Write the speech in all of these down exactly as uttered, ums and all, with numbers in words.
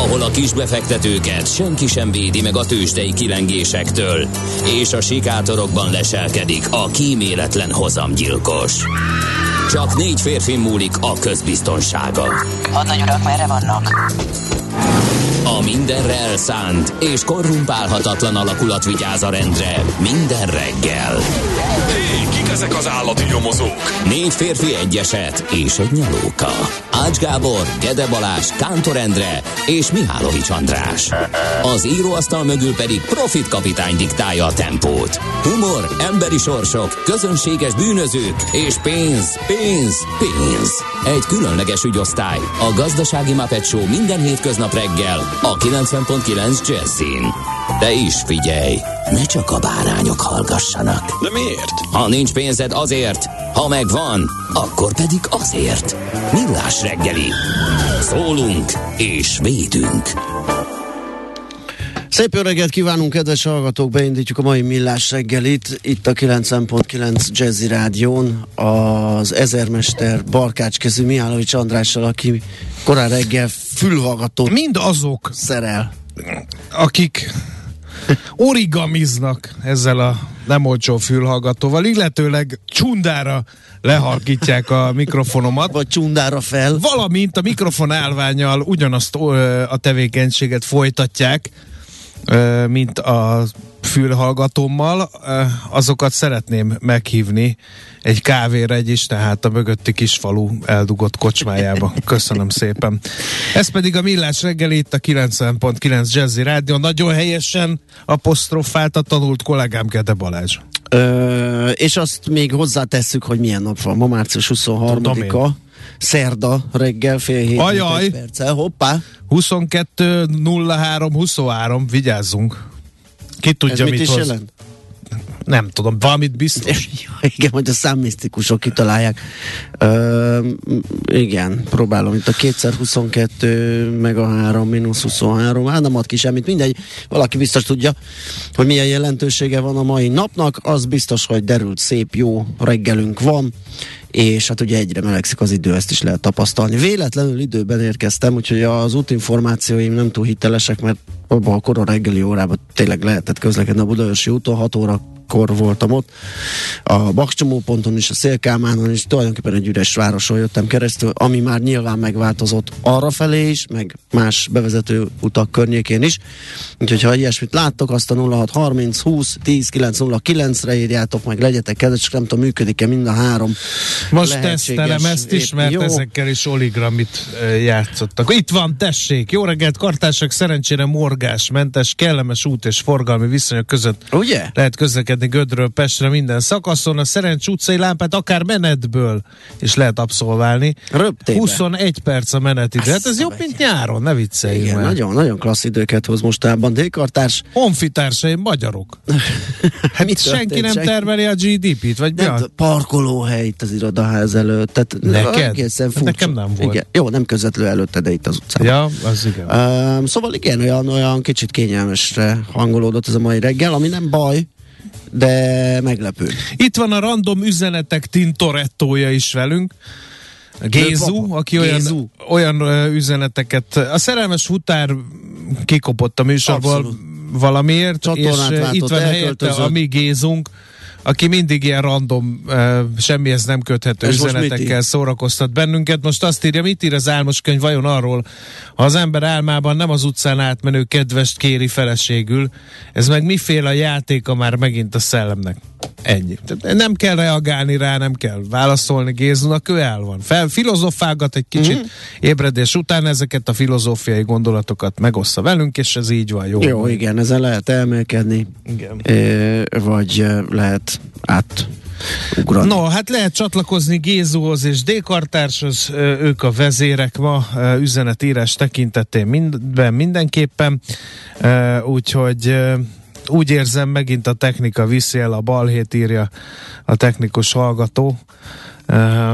ahol a kisbefektetőket senki sem védi meg a tőzsdei kilengésektől, és a sikátorokban leselkedik a kíméletlen hozamgyilkos. Csak négy férfi múlik a közbiztonsága. Hadnagy urak, merre vannak? A mindenre elszánt és korrumpálhatatlan alakulat vigyáz a rendre minden reggel. Hé, kik ezek az állati nyomozók? Négy férfi, egy eset és egy nyalóka. Ács Gábor, Gede Balázs, Kántor Endre és Mihálovics András. Az íróasztal mögül pedig Profit kapitány diktálja a tempót. Humor, emberi sorsok, közönséges bűnözők és pénz, pénz, pénz. Egy különleges ügyosztály, a Gazdasági Muppet Show minden hétköznap reggel a kilencven pont kilenc Jazzin. De is figyelj, ne csak a bárányok hallgassanak. De miért? Ha nincs pénzed, azért, ha megvan, akkor pedig azért. Millás reggeli. Szólunk és védünk. Szép jó reggelt kívánunk, kedves hallgatók! Beindítjuk a mai Millás reggelit, itt a kilencven pont kilenc Jazzy Rádión, az ezermester barkácskezű Mihálovics Andrással, aki korán reggel fülhallgató mind azok szerel, akik origamiznak ezzel a nem olcsó fülhallgatóval, illetőleg csundára leharkítják a mikrofonomat. Vagy csundára fel. Valamint a mikrofon állvánnyal ugyanazt a tevékenységet folytatják, mint a fülhallgatómmal, azokat szeretném meghívni egy kávéra egy is, tehát a mögötti kisfalu eldugott kocsmájába. Köszönöm szépen. Ez pedig a Millás reggeli itt a kilencven pont kilenc Jazzy Rádió. Nagyon helyesen apostrofált a tanult kollégám, Gede Balázs. Ö, és azt még hozzátesszük, hogy milyen nap van. Ma március huszonharmadika. Szerda reggel fél hét Ajaj. perccel. Hoppá! huszonkettő nulla három huszonhárom, vigyázzunk. Ki tudja, ez mit, mit is hoz. jelent? Nem tudom, valamit biztos. Igen, hogy a számmisztikusok kitalálják. Ö, igen, próbálom. Itt a kétszer huszonkettő meg a három mínusz huszonhárom. Hát nem ad ki semmit, mindegy. Valaki biztos tudja, hogy milyen jelentősége van a mai napnak. Az biztos, hogy derült, szép, jó reggelünk van. És hát ugye egyre melegszik az idő, ezt is lehet tapasztalni. Véletlenül időben érkeztem, úgyhogy az útinformációim nem túl hitelesek, mert abban a korai reggeli órában tényleg lehetett közlekedni a Budaörsi úton, hat órakor voltam ott, a Bakcsomóponton is, a Szél-Kálmánon is, tulajdonképpen egy üres városon jöttem keresztül, ami már nyilván megváltozott arrafelé is, meg más bevezető utak környékén is, úgyhogy ha ilyesmit láttok, azt a nulla hat harminc húsz tíz kilenc nulla kilencre írjátok meg, legyetek kedves, nem tudom, működik-e mind a három. Most tesztelem ezt is, mert jó. Ezekkel is oligramit e, játszottak. Itt van, tessék! Jó reggelt, kartársak! Szerencsére morgásmentes, kellemes út és forgalmi viszonyok között ugye? Lehet közlekedni Gödről Pestre minden szakaszon. A Szerencs utcai lámpát akár menetből is lehet abszolválni. Röptébe. huszonegy perc a menetidő. Hát ez jobb, mint nyáron, ne vicceljünk. Igen, már. nagyon, nagyon klassz időket hoz mostában. D-kartárs. Honfitársaim magyarok. Hát senki nem senki? termeli a gé dé pét, vagy mi a... Parkolóhely itt az irodaház előtt. Tehát neked? Nekem nem volt. Igen. Jó, nem közvetlenül előtte, de itt az utcán. Ja, az igen. Uh, szóval igen, olyan, olyan kicsit kényelmesre hangolódott ez a mai reggel, ami nem baj, de meglepő. Itt van a random üzenetek Tintorettója is velünk. Gézu, aki olyan, Gézu. olyan uh, üzeneteket... A szerelmes futár kikopott a műsorból abszolút. Valamiért, Csatornát és váltott, itt van helyette a mi Gézunk, aki mindig ilyen random, uh, semmihez nem köthető ez üzenetekkel szórakoztat bennünket. Most azt írja, mit ír az álmos könyv vajon arról, ha az ember álmában nem az utcán átmenő kedvest kéri feleségül, ez meg miféle játéka már megint a szellemnek. Ennyi. Nem kell reagálni rá, nem kell válaszolni Gézunak, ő el van. Fel, filozofálgat egy kicsit mm-hmm. ébredés után, ezeket a filozófiai gondolatokat megossza velünk, és ez így van. Jó, jó igen, ezzel lehet elmélkedni, igen. E, vagy lehet át ugrani. No, hát lehet csatlakozni Gézuhoz és D-kartárshoz, ők a vezérek ma üzenetírás tekintetén minden, mindenképpen, úgyhogy úgy érzem, megint a technika viszi el a balhét, írja a technikus hallgató. Uh,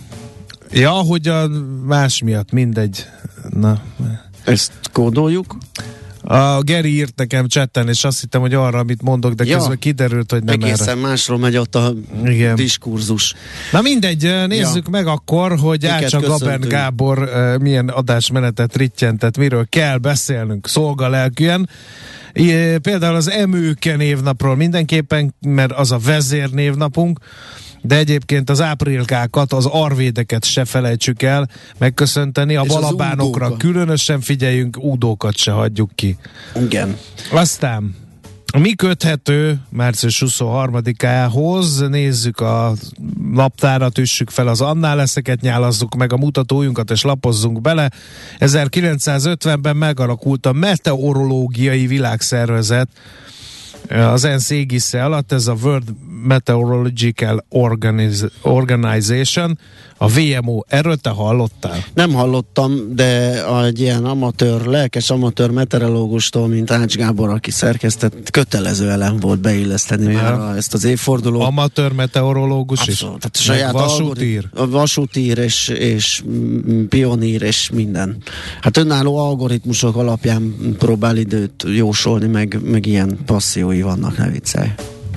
ja, hogy a más miatt, mindegy. Na. Ezt kódoljuk? A Geri írt nekem chatten, és azt hittem, hogy arra, amit mondok, de ja, közben kiderült, hogy nem egészen erre. másról megy ott a Igen. diskurzus. Na mindegy, nézzük ja. meg akkor, hogy Ácsa Gabern Gábor uh, milyen adásmenetet rittyentett, miről kell beszélnünk szolgalelkűen. I, például az Emőke névnapról mindenképpen, mert az a vezér névnapunk, de egyébként az áprilkákat, az arvédeket se felejtsük el megköszönteni, a és balabánokra különösen figyeljünk, údókat se hagyjuk ki. Igen. Aztán mi köthető március huszonharmadikához? Nézzük a naptárat, üssük fel az annáleszeket, nyálazzuk meg a mutatójunkat és lapozzunk bele. ezerkilencszázötvenben megalakult a Meteorológiai Világszervezet, az ENSZ égisze alatt, ez a World Meteorological Organiz- Organization, a vé em o. Erről te hallottál? Nem hallottam, de egy ilyen amatőr, lelkes amatőr meteorológustól, mint Ács Gábor, aki szerkesztett, kötelező elem volt beilleszteni ja. már a, ezt az évfordulót. Amatőr meteorológus Abszolút, is? Tehát saját vasútír? A vasútír és, és pionír és minden. Hát önálló algoritmusok alapján próbál időt jósolni, meg, meg ilyen passziói vannak, ne viccelj.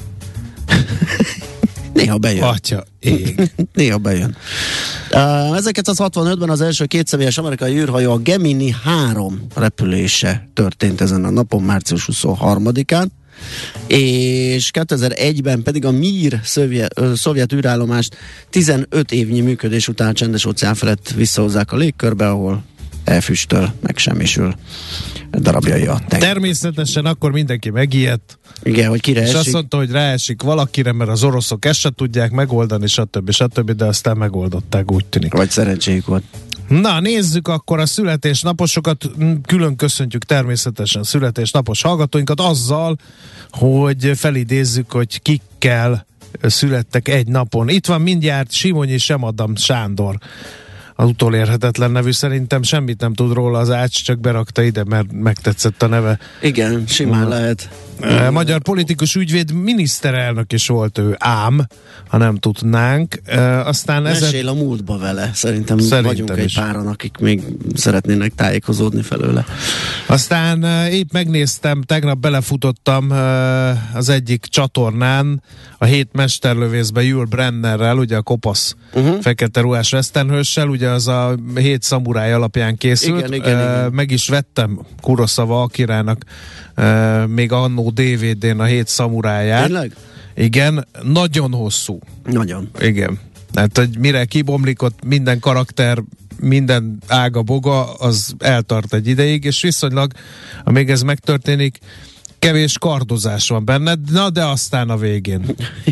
Néha bejön. Atya, ég. Néha bejön. Uh, ezerkilencszázhatvanötben az első kétszemélyes amerikai űrhajó, a Gemini három repülése történt ezen a napon, március huszonharmadikán, és kétezer-egyben pedig a Mir szovjet, szovjet űrállomást tizenöt évnyi működés után csendes óceán felett visszahozzák a légkörbe, ahol elfüstöl, megsemmisül darabjai a tenger. Természetesen akkor mindenki megijedt. Igen, hogy kire és esik. azt mondta, hogy ráesik valakire, mert az oroszok ezt se tudják megoldani, stb. stb. De aztán megoldották, úgy tűnik. Vagy szerencséjük volt. Na, nézzük akkor a születésnaposokat. Külön köszöntjük természetesen születésnapos hallgatóinkat azzal, hogy felidézzük, hogy kikkel születtek egy napon. Itt van mindjárt Simonyi Semadam Sándor, az utolérhetetlen nevű, szerintem semmit nem tud róla az Ács, csak berakta ide, mert megtetszett a neve. Igen, simán uh, lehet. Uh, magyar politikus, ügyvéd, miniszterelnök is volt ő, ám, ha nem tudnánk. Uh, aztán Mesél ezen... a múltba vele. Szerintem, Szerintem vagyunk is. egy páran, akik még szeretnének tájékozódni felőle. Aztán uh, épp megnéztem, tegnap belefutottam uh, az egyik csatornán a Hét mesterlövészbe Yul Brennerrel, ugye a kopasz uh-huh. fekete ruhás westernhőssel, ugye az a Hét szamuráj alapján készült. Igen, igen, uh, igen. Meg is vettem Kurosawa Akirának uh, még annó dé vé dén a Hét szamuráját. Tényleg? Igen, nagyon hosszú. Nagyon. Igen. Tehát, hogy mire kibomlik ott minden karakter, minden ága boga, az eltart egy ideig, és viszonylag, amíg ez megtörténik, kevés kardozás van benne, na de aztán a végén.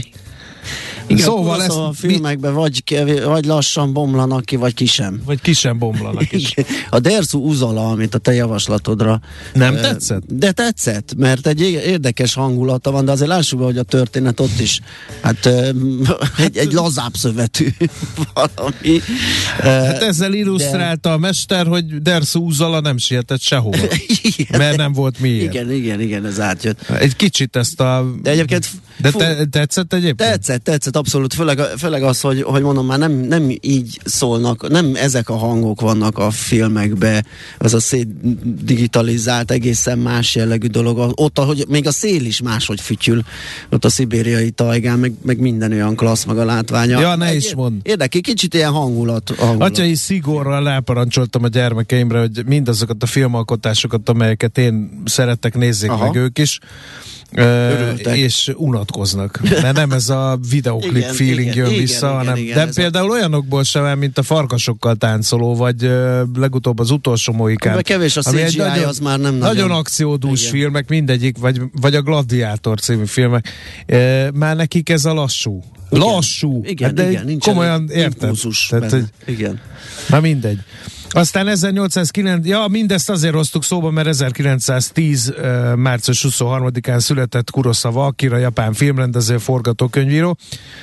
Igen, szóval ezt a filmekben vagy, kevés, vagy lassan bomlanak ki, vagy ki sem. Vagy ki sem bomlanak is. A Dersu Uzala, amit a te javaslatodra... Nem uh, tetszett? De tetszett, mert egy érdekes hangulata van, de azért lássuk be, hogy a történet ott is hát uh, egy, egy lazább szövetű valami. Uh, Hát ezzel illusztrálta de... a mester, hogy Dersu Uzala nem sietett sehova. Igen, mert nem volt miért. Igen, igen, igen, ez átjött. Egy kicsit ezt a... De egyébként... De te, tetszett egyébként? Tetszett, tetszett, abszolút. Főleg, főleg az, hogy, hogy mondom, már nem, nem így szólnak, nem ezek a hangok vannak a filmekbe, az a szétdigitalizált, egészen más jellegű dolog. Ott, ahogy még a szél is máshogy fütyül, ott a szibériai tajgán, meg, meg minden olyan klassz, meg a látványa. Ja, ne is mondd. Érdekli, kicsit ilyen hangulat. hangulat. Atyai szigorral elparancsoltam a gyermekeimre, hogy mindazokat a filmalkotásokat, amelyeket én szeretek, nézzék Aha. meg ők is. Uh, és unatkoznak. Mert nem ez a videoklip igen, feeling igen, jön igen, vissza, igen, hanem, igen, de például a... olyanokból sem, mint a farkasokkal táncoló, vagy uh, legutóbb az utolsó Mohikán. Kevés a cé gé í, nagyon, az már nem nagyon. Nagyon akciódús igen. filmek, mindegyik, vagy, vagy a Gladiátor című filmek. Uh, már nekik ez a lassú. Igen. Lassú. Igen, de igen, nincs komolyan érted. Tehát, hogy, igen. Na mindegy. Aztán ezernyolcszázkilenc, ja, mindezt azért hoztuk szóba, mert ezerkilencszáztíz uh, március huszonharmadikán született Kurosawa Akira, japán filmrendező, forgatókönyvíró.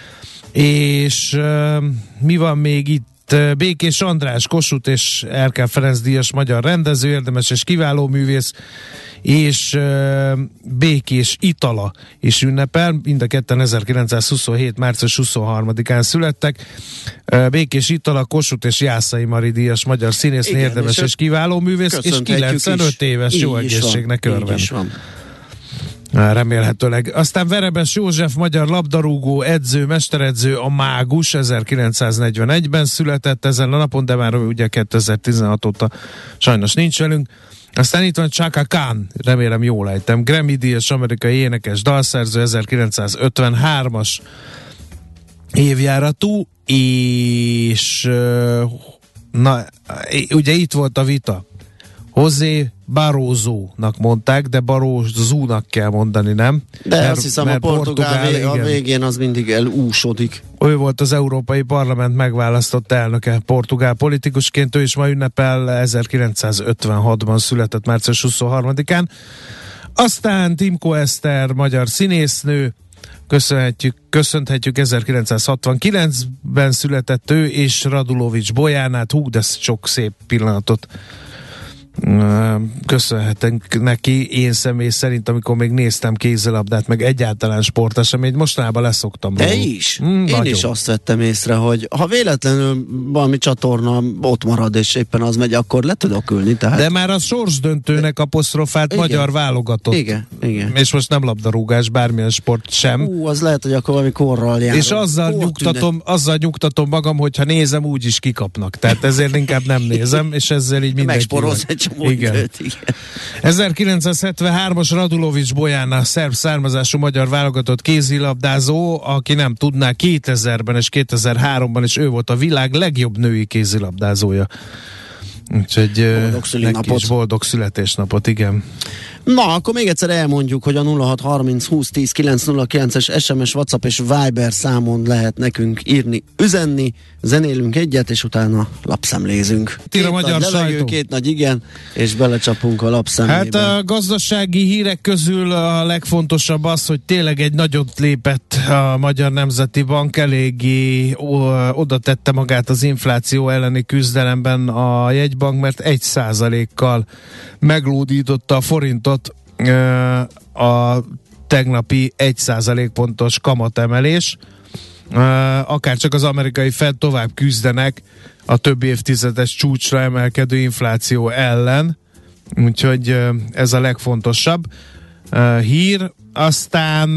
És uh, mi van még itt? Békés András, Kossuth és Erkel Ferenc díjas magyar rendező, érdemes és kiváló művész, és uh, Békés Itala is ünnepel, mind a ketten ezerkilencszázhuszonhét. március huszonharmadikán születtek. Uh, Békés Itala, Kossuth és Jászai Mari díjas magyar színésznő, érdemes és, és kiváló művész, és kilencvenöt éves, jó egészségnek örvend. Remélhetőleg. Aztán Verebes József, magyar labdarúgó, edző, mesteredző, a mágus, ezerkilencszáznegyvenegyben született ezen a napon, de már ugye kétezer-tizenhat óta sajnos nincs velünk. Aztán itt van Chaka Khan, remélem jól ejtem, Grammy-díjas amerikai énekes, dalszerző, ezerkilencszázötvenhármas évjáratú, és na, ugye itt volt a vita. José Barroso-nak mondták, de Barroso-nak kell mondani, nem? De mert, azt hiszem a portugál, portugál a végén az mindig elúsodik. Ő volt az Európai Parlament megválasztott elnöke portugál politikusként, ő is ma ünnepel, ezerkilencszázötvenhatban született március huszonharmadikán. Aztán Timko Eszter, magyar színésznő, köszönhetjük, köszönhetjük ezerkilencszázhatvankilencben született ő, és Radulovics Bojanát, hú, de sok szép pillanatot köszönhetünk neki, én személy szerint, amikor még néztem kézilabdát, meg egyáltalán sporteseményt, mostanában leszoktam. Te is? Mm, én nagyon. is azt vettem észre, hogy ha véletlenül valami csatorna ott marad, és éppen az megy, akkor le tudok ülni. Tehát... De már a sorsdöntőnek apostrofált igen. magyar válogatott. Igen, igen. És most nem labdarúgás, bármilyen sport sem. Ú, az lehet, hogy akkor valami korral jár. És azzal nyugtatom, azzal nyugtatom magam, hogyha nézem, úgy is kikapnak. Tehát ezért inkább nem nézem, és ezzel így mindenki. Igen. Időt, igen. ezerkilencszázhetvenhármas Radulovics Bojana, szerb származású magyar válogatott kézilabdázó, aki nem tudná, kétezerben és kétezer-háromban is ő volt a világ legjobb női kézilabdázója. Úgyhogy neki is boldog születésnapot, igen. Na, akkor még egyszer elmondjuk, hogy a nulla hat harminc húsz tíz kilenc nulla kilences es em es, WhatsApp és Viber számon lehet nekünk írni, üzenni, zenélünk egyet, és utána lapszemlézünk. Két a nagy magyar levegő, sajtó. Két nagy igen, és belecsapunk a lapszemlébe. Hát a gazdasági hírek közül a legfontosabb az, hogy tényleg egy nagyot lépett a Magyar Nemzeti Bank, eléggé oda tette magát az infláció elleni küzdelemben a jegybank, mert egy százalékkal meglódította a forintot a tegnapi egy százalékpontos kamatemelés. Akár csak az amerikai Fed tovább küzdenek a több évtizedes csúcsra emelkedő infláció ellen, úgyhogy ez a legfontosabb hír. Aztán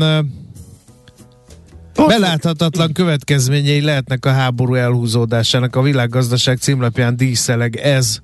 beláthatatlan következményei lehetnek a háború elhúzódásának. A Világgazdaság címlapján díszeleg ez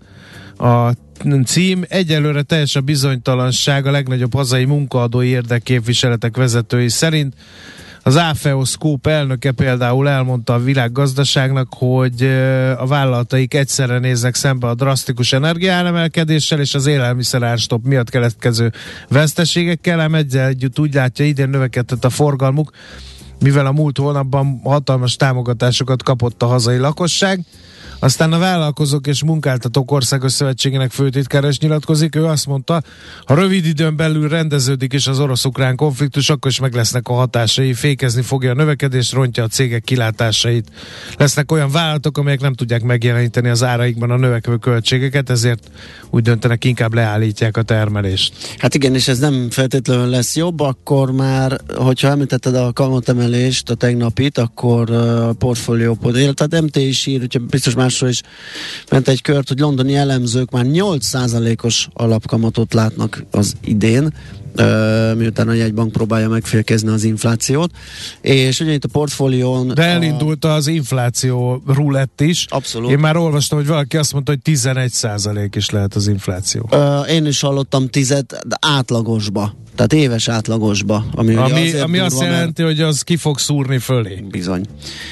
a cím. Egyelőre teljes a bizonytalanság a legnagyobb hazai munkaadói érdekképviseletek vezetői szerint. Az Áfeoszkóp elnöke például elmondta a Világgazdaságnak, hogy a vállalataik egyszerre néznek szembe a drasztikus energiaáremelkedéssel és az élelmiszerárstop miatt keletkező veszteségekkel, ám ezzel együtt úgy látja, idén növekedett a forgalmuk, mivel a múlt hónapban hatalmas támogatásokat kapott a hazai lakosság. Aztán a Vállalkozók és Munkáltatók Országos Szövetségének főtitkára is nyilatkozik. Ő azt mondta, ha rövid időn belül rendeződik is az orosz-ukrán konfliktus, akkor is meg lesznek a hatásai, fékezni fogja a növekedést, rontja a cégek kilátásait. Lesznek olyan vállalatok, amelyek nem tudják megjeleníteni az áraikban a növekvő költségeket, ezért úgy döntenek, inkább leállítják a termelést. Hát igen, és ez nem feltétlenül lesz jobb, akkor már, hogyha említetted a kamatemelést, a tegnapit, akkor a portfóliópod, tehát em té is ír, hogyha biztos másról is ment egy kört, hogy londoni elemzők már nyolc százalékos alapkamatot látnak az idén, Uh, miután a jegybank próbálja megfékezni az inflációt, és ugye itt a portfólión... De elindult a... az infláció rulett is. Abszolút. Én már olvastam, hogy valaki azt mondta, hogy tizenegy százalék is lehet az infláció. Uh, én is hallottam tizet, de átlagosba. Tehát éves átlagosba. Ami, ami, ami azt durva, jelenti, mert... hogy az ki fog szúrni fölé. Bizony.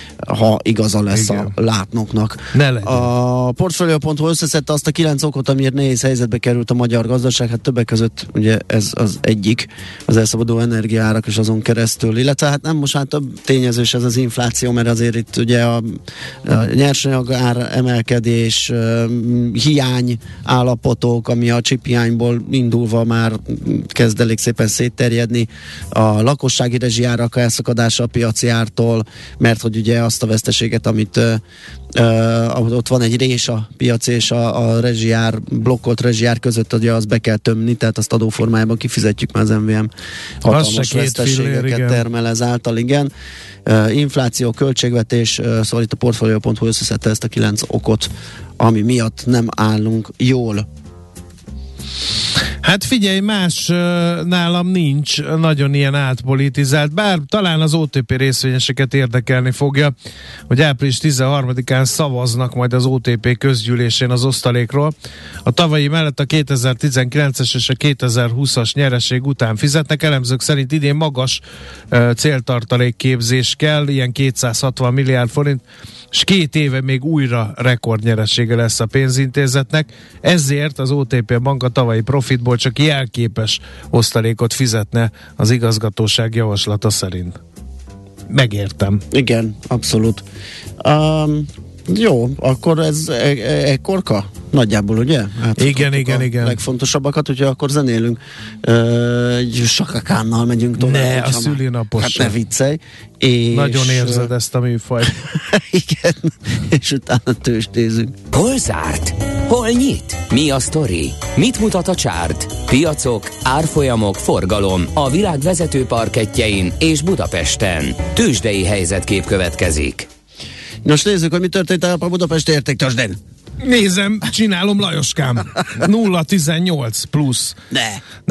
Ha igaza lesz igen. a látnoknak. Ne legyen. A portfolio pont hu összeszedte azt a kilenc okot, amiért nehéz helyzetbe került a magyar gazdaság. Hát többek között ugye ez az egyik, az elszabaduló energiaárak és azon keresztül. Illetve hát nem most már több tényezős ez az infláció, mert azért itt ugye a, a nyersanyag ár emelkedés, uh, hiány állapotok, ami a chip hiányból indulva már kezd elég szépen szétterjedni, a lakossági rezsijárak elszakadása a piaci ártól, mert hogy ugye azt azt a veszteséget, amit uh, uh, ott van egy rés a piac és a, a rezsijár, blokkolt rezsijár között, ugye azt be kell tömni, tehát azt adóformájában kifizetjük, már az em vé em hatalmas veszteségeket fillér, termel ezáltal, igen. Uh, infláció, költségvetés, uh, szóval itt a portfolio pont hu összeszedte ezt a kilenc okot, ami miatt nem állunk jól. Hát figyelj, más uh, nálam nincs nagyon ilyen átpolitizált, bár talán az o té pé részvényeseket érdekelni fogja, hogy április tizenharmadikán szavaznak majd az o té pé közgyűlésén az osztalékról. A tavalyi mellett a kétezer-tizenkilences és a kétezer-húszas nyereség után fizetnek. Elemzők szerint idén magas uh, céltartalékképzés kell, ilyen kétszázhatvan milliárd forint, és két éve még újra rekordnyeresége lesz a pénzintézetnek, ezért az o té pé bank a tavalyi profitból csak jelképes osztalékot fizetne az igazgatóság javaslata szerint. Megértem. Igen, abszolút. Um, jó, akkor ez ekkorka? Nagyjából, ugye? Hát igen, igen, igen. Legfontosabbakat, úgyhogy akkor zenélünk. Uh, egy sakakánnal megyünk tovább. Ne, a szülinapos. Hát ne viccelj. És nagyon érzed ezt a műfajt. Igen, és utána tőzsdézünk. Hol zárt? Hol nyit? Mi a sztori? Mit mutat a csárt? Piacok, árfolyamok, forgalom a világ vezető parkettjein és Budapesten. Tőzsdei helyzetkép következik. Nos, nézzük, hogy mi történt a Budapest értéktőzsdén. Nézem, csinálom, Lajoskám. nulla tizennyolc plusz. Ne.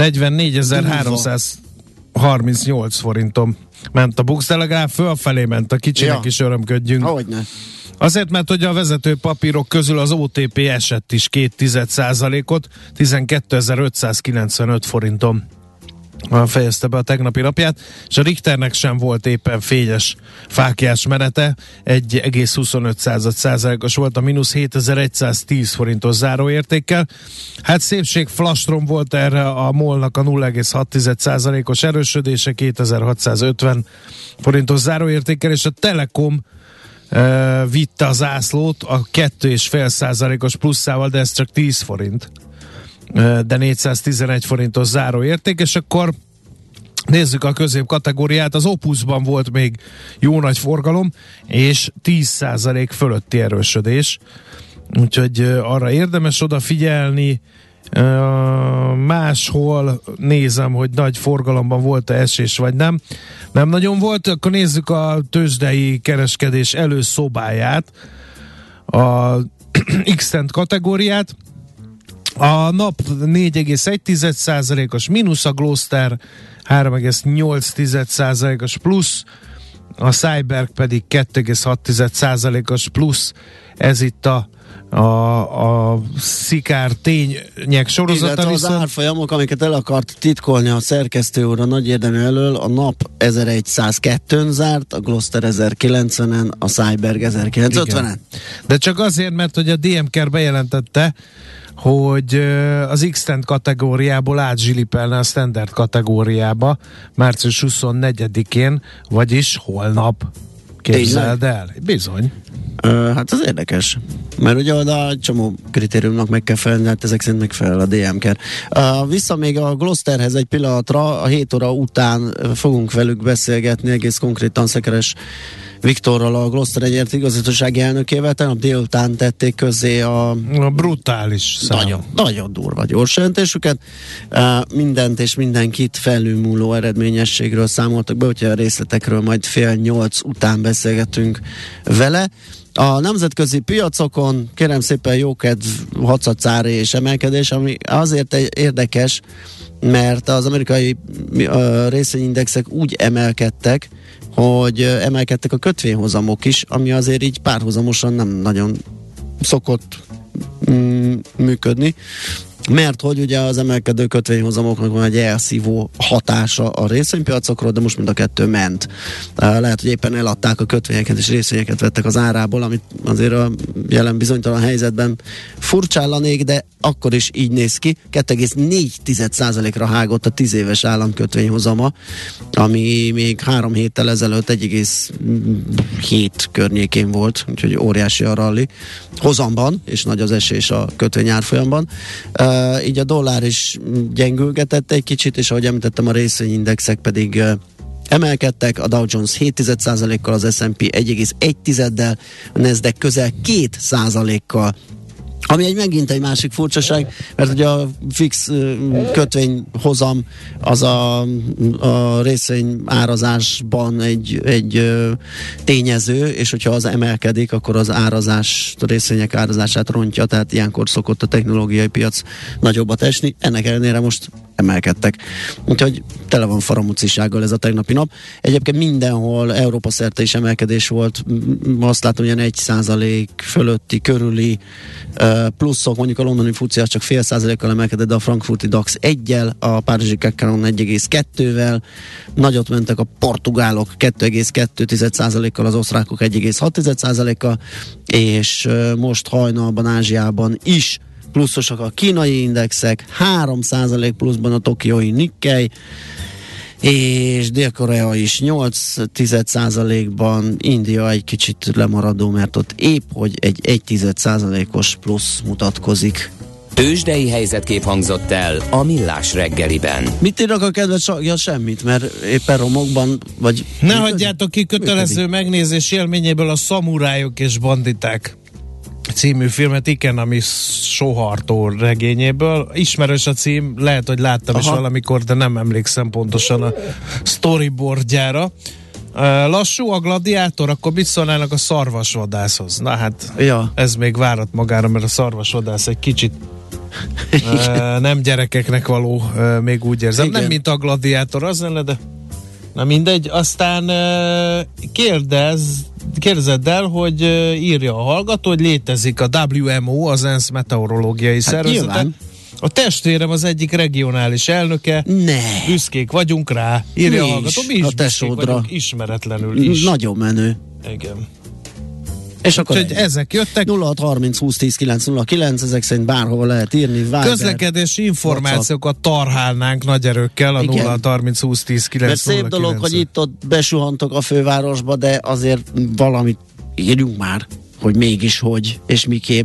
negyvennégyezer-háromszázharmincnyolc forintom ment a Bux, de legalább fölfelé ment, a kicsinek ja. is örömködjünk. Hogyne. Azért, mert hogy a vezető papírok közül az o té pé esett is két tized százalékot, tizenkétezer-ötszázkilencvenöt forinton fejezte be a tegnapi napját, és a Richternek sem volt éppen fényes fáklyás menete, egy egész huszonöt százalékos volt a mínusz hétezer-egyszáztíz forintos záróértékkel. Hát szépség flastrom volt erre a MOL-nak a nulla egész hat százalékos erősödése, kétezer-hatszázötven forintos záróértékkel, és a Telekom uh, vitte az zászlót a két egész öt százalékos pluszával, de ez csak tíz forint. De négyszáztizenegy forintos záróérték, és akkor nézzük a közép kategóriát. Az Opusban volt még jó nagy forgalom, és tíz százalék fölötti erősödés, úgyhogy arra érdemes odafigyelni. Máshol nézem, hogy nagy forgalomban volt-e esés, vagy nem. Nem nagyon volt, akkor nézzük a tőzsdei kereskedés előszobáját, a X-Tent kategóriát. A nap négy egész egy százalékos mínusz, a Gloster három egész nyolc százalékos plusz, a Cyberg pedig két egész hat százalékos plusz. Ez itt a a, a szikár tények sorozata. Igen, az árfolyamok, amiket el akart titkolni a szerkesztő úr a nagy érdemű elől, a nap ezeregyszázkettőn zárt, a Gloster ezerkilencvenen, a Cyberg ezerkilencszázötvenen. De csak azért, mert hogy a dé em ká bejelentette, hogy az X-Tent kategóriából átzsilipelne a standard kategóriába március huszonnegyedikén, vagyis holnap. Képzeld el. Bizony. Uh, hát az érdekes. Mert ugye oda csomó kritériumnak meg kell felelni, hát ezek szerint megfelel a dé em ká. Uh, vissza még a Glosterhez egy pillanatra, a hét óra után fogunk velük beszélgetni, egész konkrétan Szekeres Viktorral, a Gloster egyért igazgatósági elnökével. Tegnap délután tették közzé a, a brutális nagyon, nagyon durva gyors jelentésüket. Uh, mindent és mindenkit felülmúló eredményességről számoltak be, úgyhogy a részletekről majd fél nyolc után beszélgetünk vele. A nemzetközi piacokon kérem szépen jókedv, hacacári és emelkedés, ami azért érdekes, mert az amerikai uh, részvényindexek úgy emelkedtek, hogy uh, emelkedtek a kötvényhozamok is, ami azért így párhuzamosan nem nagyon szokott mm, működni, mert hogy ugye az emelkedő kötvényhozamoknak van egy elszívó hatása a részvénypiacokról, de most mind a kettő ment. Lehet, hogy éppen eladták a kötvényeket és részvényeket vettek az árából, amit azért a jelen bizonytalan helyzetben furcsállanék, de akkor is így néz ki. két egész négy százalékra hágott a tíz éves államkötvényhozama, ami még három héttel ezelőtt egy egész hét környékén volt, úgyhogy óriási a ralli hozamban, és nagy az esés a kötvényárfolyamban. Uh, így a dollár is gyengülgetett egy kicsit, és ahogy említettem, a részvényindexek pedig uh, emelkedtek, a Dow Jones hét egész egy százalékkal, az es and pé egy egész egy tizeddel, a Nasdaq közel két százalékkal. Ami egy megint egy másik furcsaság, mert ugye a fix kötvényhozam az a, a részvény árazásban egy, egy tényező, és hogyha az emelkedik, akkor az árazás, a részvények árazását rontja, tehát ilyenkor szokott a technológiai piac nagyobbat esni, ennek ellenére most emelkedtek. Úgyhogy tele van faramúcisággal ez a tegnapi nap. Egyébként mindenhol Európa szerte is emelkedés volt, azt látom, hogy egy százalék fölötti, körüli pluszok, mondjuk a londoni fuci az csak fél százalékkal emelkedett, de a frankfurti dax egyel, a párizsi C A C Caron egy egész kettővel, nagyot mentek a portugálok két egész kettő százalékkal, az osztrákok egy egész hat százalékkal, és most hajnalban Ázsiában is pluszosak a kínai indexek, három százalék pluszban a tokiói Nikkei, és Dél-Korea is nyolc százalékban, India egy kicsit lemaradó, mert ott épp, hogy egy egy százalékos plusz mutatkozik. Tőzsdei helyzetkép hangzott el a Millás reggeliben. Mit írnak a kedves? Ja, semmit, mert éppen romokban, vagy... Ne működik? Hagyjátok ki kötelező működik. Megnézés élményéből a Szamurájok és banditák című filmet, Iken Ami Sohartó regényéből. Ismerős a cím, lehet, hogy láttam Aha. is valamikor, de nem emlékszem pontosan a storyboardjára. Uh, lassú a gladiátor, akkor mit szólnának a szarvasvadászhoz? Na hát, ja. Ez még várat magára, mert a szarvasvadász egy kicsit uh, nem gyerekeknek való, uh, még úgy érzem. Igen. Nem, mint a gladiátor, az lenne, de na mindegy. Aztán uh, kérdez Kérdezedd el, hogy uh, írja a hallgató, hogy létezik a dupla vé em o, az ENSZ meteorológiai hát szervezete. Nyilván. A testvérem az egyik regionális elnöke. Ne. Büszkék vagyunk rá. Írja mi a hallgató. Mi is a büszkék vagyunk, ismeretlenül is. Nagyon menő. Igen. És akkor egy, ezek jöttek. nulla hat harminc húsz tíz kilenc nulla kilenc, ezek szerint bárhova lehet írni. Viber, közlekedési információkat tarhálnánk nagy erőkkel a nulla hat harminc húsz tíz kilenc nulla kilenc. Mert szép dolog, hogy itt-ott besuhantok a fővárosba, de azért valamit írjunk már, hogy mégis hogy, és miképp.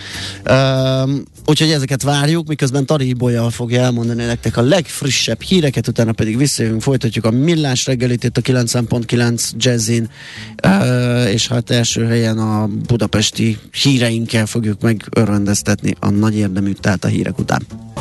Um, úgyhogy ezeket várjuk, miközben Tari Ibolya fogja elmondani nektek a legfrissebb híreket, utána pedig visszajövünk, folytatjuk a Millás reggelit itt a kilencven pont kilenc Jazzin, uh, és hát első helyen a budapesti híreinkkel fogjuk meg örvendeztetni a nagy érdemű, tehát a hírek után.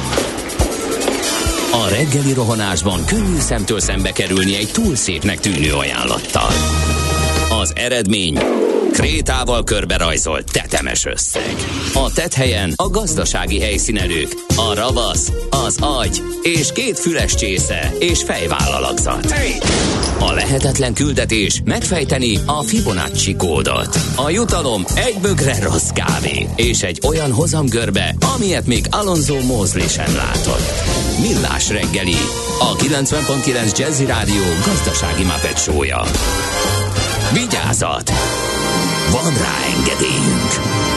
A reggeli rohanásban könnyű szemtől szembe kerülni egy túl szépnek tűnő ajánlattal. Az eredmény krétával körberajzolt tetemes összeg. A tetthelyen a gazdasági helyszínelők, a ravasz, az agy és két füles csésze és fejvállalakzat. A lehetetlen küldetés megfejteni a Fibonacci kódot. A jutalom egy bögre rossz kávé és egy olyan hozamgörbe, amilyet még Alonso Mosley sem látott. Millás reggeli, a kilencven pont kilenc Jazzy Rádió gazdasági Muppet show-ja. Vigyázat! Van rá engedélyünk!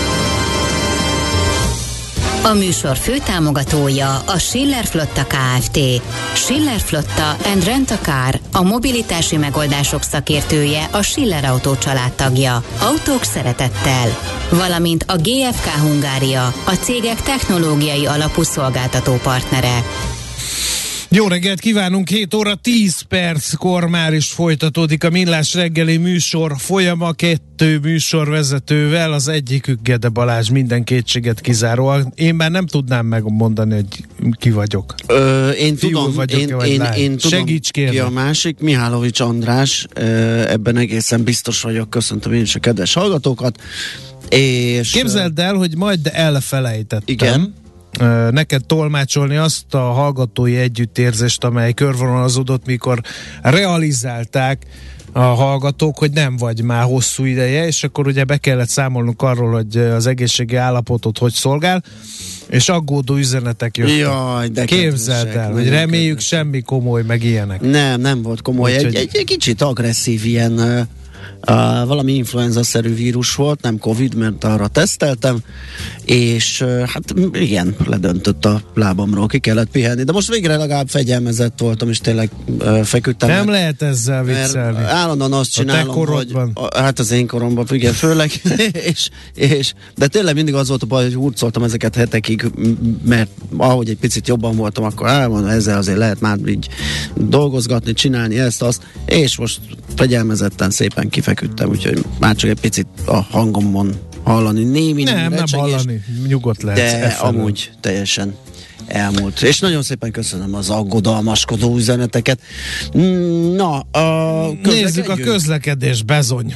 A műsor főtámogatója a Schiller Flotta Kft. Schiller Flotta and Rent a Car, a mobilitási megoldások szakértője, a Schiller Autó családtagja. Autók szeretettel. Valamint a gé ef ká Hungária, a cégek technológiai alapú szolgáltató partnere. Jó reggelt kívánunk, hét óra tíz perckor már is folytatódik a Millás reggeli műsor folyama kettő műsorvezetővel, az egyikük Gede Balázs, minden kétséget kizáróan. Én már nem tudnám megmondani, hogy ki vagyok. Ö, én Fiú tudom, vagyok, én, én, én tudom Segíts kérni. Ki a másik, Mihálovics András, ebben egészen biztos vagyok, köszöntöm én is a kedves hallgatókat. És képzeld el, hogy majd elfelejtettem. Igen. Neked tolmácsolni azt a hallgatói együttérzést, amely körvonalazódott, mikor realizálták a hallgatók, hogy nem vagy már hosszú ideje, és akkor ugye be kellett számolnunk arról, hogy az egészségi állapotot hogy szolgál, és aggódó üzenetek jöttek. Jaj, de képzeld el, hogy reméljük kedvesek. Semmi komoly, meg ilyenek. Nem, nem volt komoly. Egy, egy, egy kicsit agresszív ilyen Uh, valami influenza-szerű vírus volt, nem Covid, mert arra teszteltem, és uh, hát igen, ledöntött a lábamról, ki kellett pihenni, de most végre legalább fegyelmezett voltam, és tényleg uh, feküdtem. Nem mert, lehet ezzel viccelni. Állandóan azt csinálom, hogy a, hát az én koromban, igen, főleg, és, és, de tényleg mindig az volt a baj, hogy hurcoltam ezeket hetekig, mert ahogy egy picit jobban voltam, akkor elmondom, ezzel azért lehet már így dolgozgatni, csinálni ezt, azt, és most fegyelmezetten szépen kifeküdtem, úgyhogy már csak egy picit a hangomon hallani némi nem, nem hallani, nyugodt lehet. De e-felől. Amúgy teljesen elmúlt. És nagyon szépen köszönöm az aggodalmaskodó üzeneteket. Na, a nézzük a közlekedés, bezony.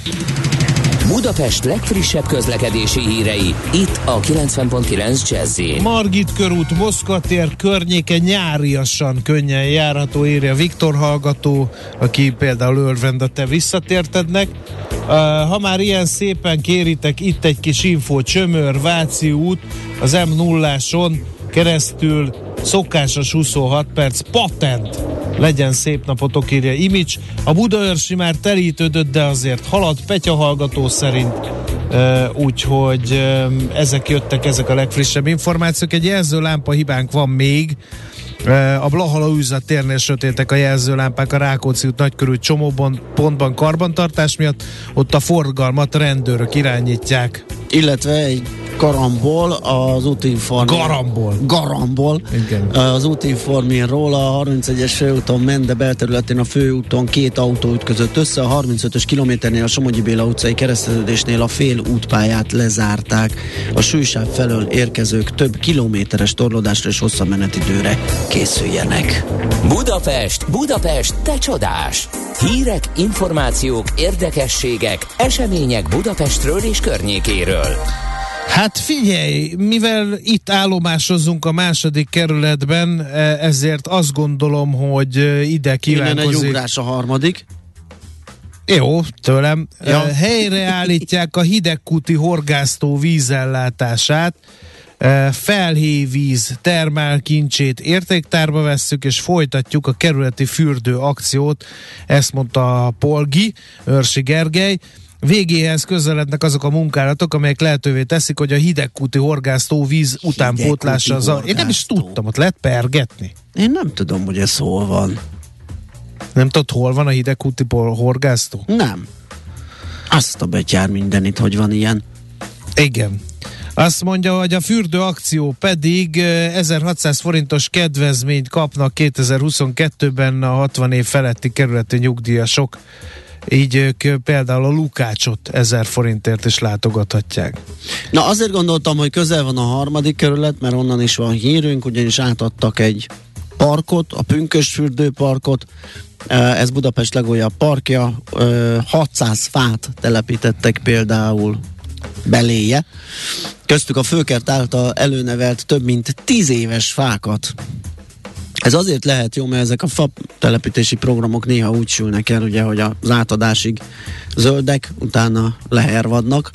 Budapest legfrissebb közlekedési hírei, itt a kilencven pont kilenc Jazzy. Margit körút, Moszkva tér környéke nyáriasan könnyen járható, írja Viktor hallgató, aki például örvend a te visszatértednek. Uh, ha már ilyen szépen kéritek, itt egy kis info, Csömör, Váci út, az em nulláson keresztül szokásos huszonhat perc, patent. Legyen szép napotok, írja Image. A Budaörsi már telítődött, de azért halad Petya hallgató szerint, uh, úgyhogy uh, ezek jöttek, ezek a legfrissebb információk. Egy jelzőlámpa hibánk van még. Uh, a Blahala üzlettérnél sötétek a jelzőlámpák a Rákóczi út nagykörű csomóban pontban karbantartás miatt, ott a forgalmat rendőrök irányítják. Illetve egy karambol az útinform... Garambol. Garambol. Igen. Az útinformról a harmincegyes főúton Mende belterületén a főúton két autó ütközött össze, a harmincötös kilométernél a Somogyi Béla utcai kereszteződésnél a fél útpályát lezárták. A Sűsáv felől érkezők több kilométeres torlódásra és hosszabb menetidőre készüljenek. Budapest, Budapest, te csodás! Hírek, információk, érdekességek, események Budapestről és környékéről. Hát figyelj, mivel itt állomásozunk a második kerületben, ezért azt gondolom, hogy ide kívánkozik. Innen egy ugrás a harmadik. Jó, tőlem. Ja. Helyreállítják a hidegkúti horgásztó vízellátását, felhévíz termálkincsét értéktárba vesszük, és folytatjuk a kerületi fürdő akciót, ezt mondta a Polgi, Őrsi Gergely. Végéhez közelednek azok a munkálatok, amelyek lehetővé teszik, hogy a hidegkúti horgásztó víz utánpótlása az a... Én nem is tudtam, ott lehet pergetni. Én nem tudom, hogy ez hol van. Nem tudod, hol van a hidegkúti horgásztó? Nem. Azt a betyár mindenit, hogy van ilyen. Igen. Azt mondja, hogy a fürdő akció pedig ezerhatszáz forintos kedvezményt kapnak kétezer-huszonkettőben a hatvan év feletti kerületi nyugdíjasok. Így ők például a Lukácsot ezer forintért is látogathatják. Na azért gondoltam, hogy közel van a harmadik kerület, mert onnan is van hírünk, ugyanis átadtak egy parkot, a Pünkösdfürdő parkot, ez Budapest legújabb parkja, hatszáz fát telepítettek például beléje. Köztük a Főkert által előnevelt több mint tíz éves fákat. Ez azért lehet jó, mert ezek a fa telepítési programok néha úgy sülnek el, ugye, hogy az átadásig zöldek, utána lehervadnak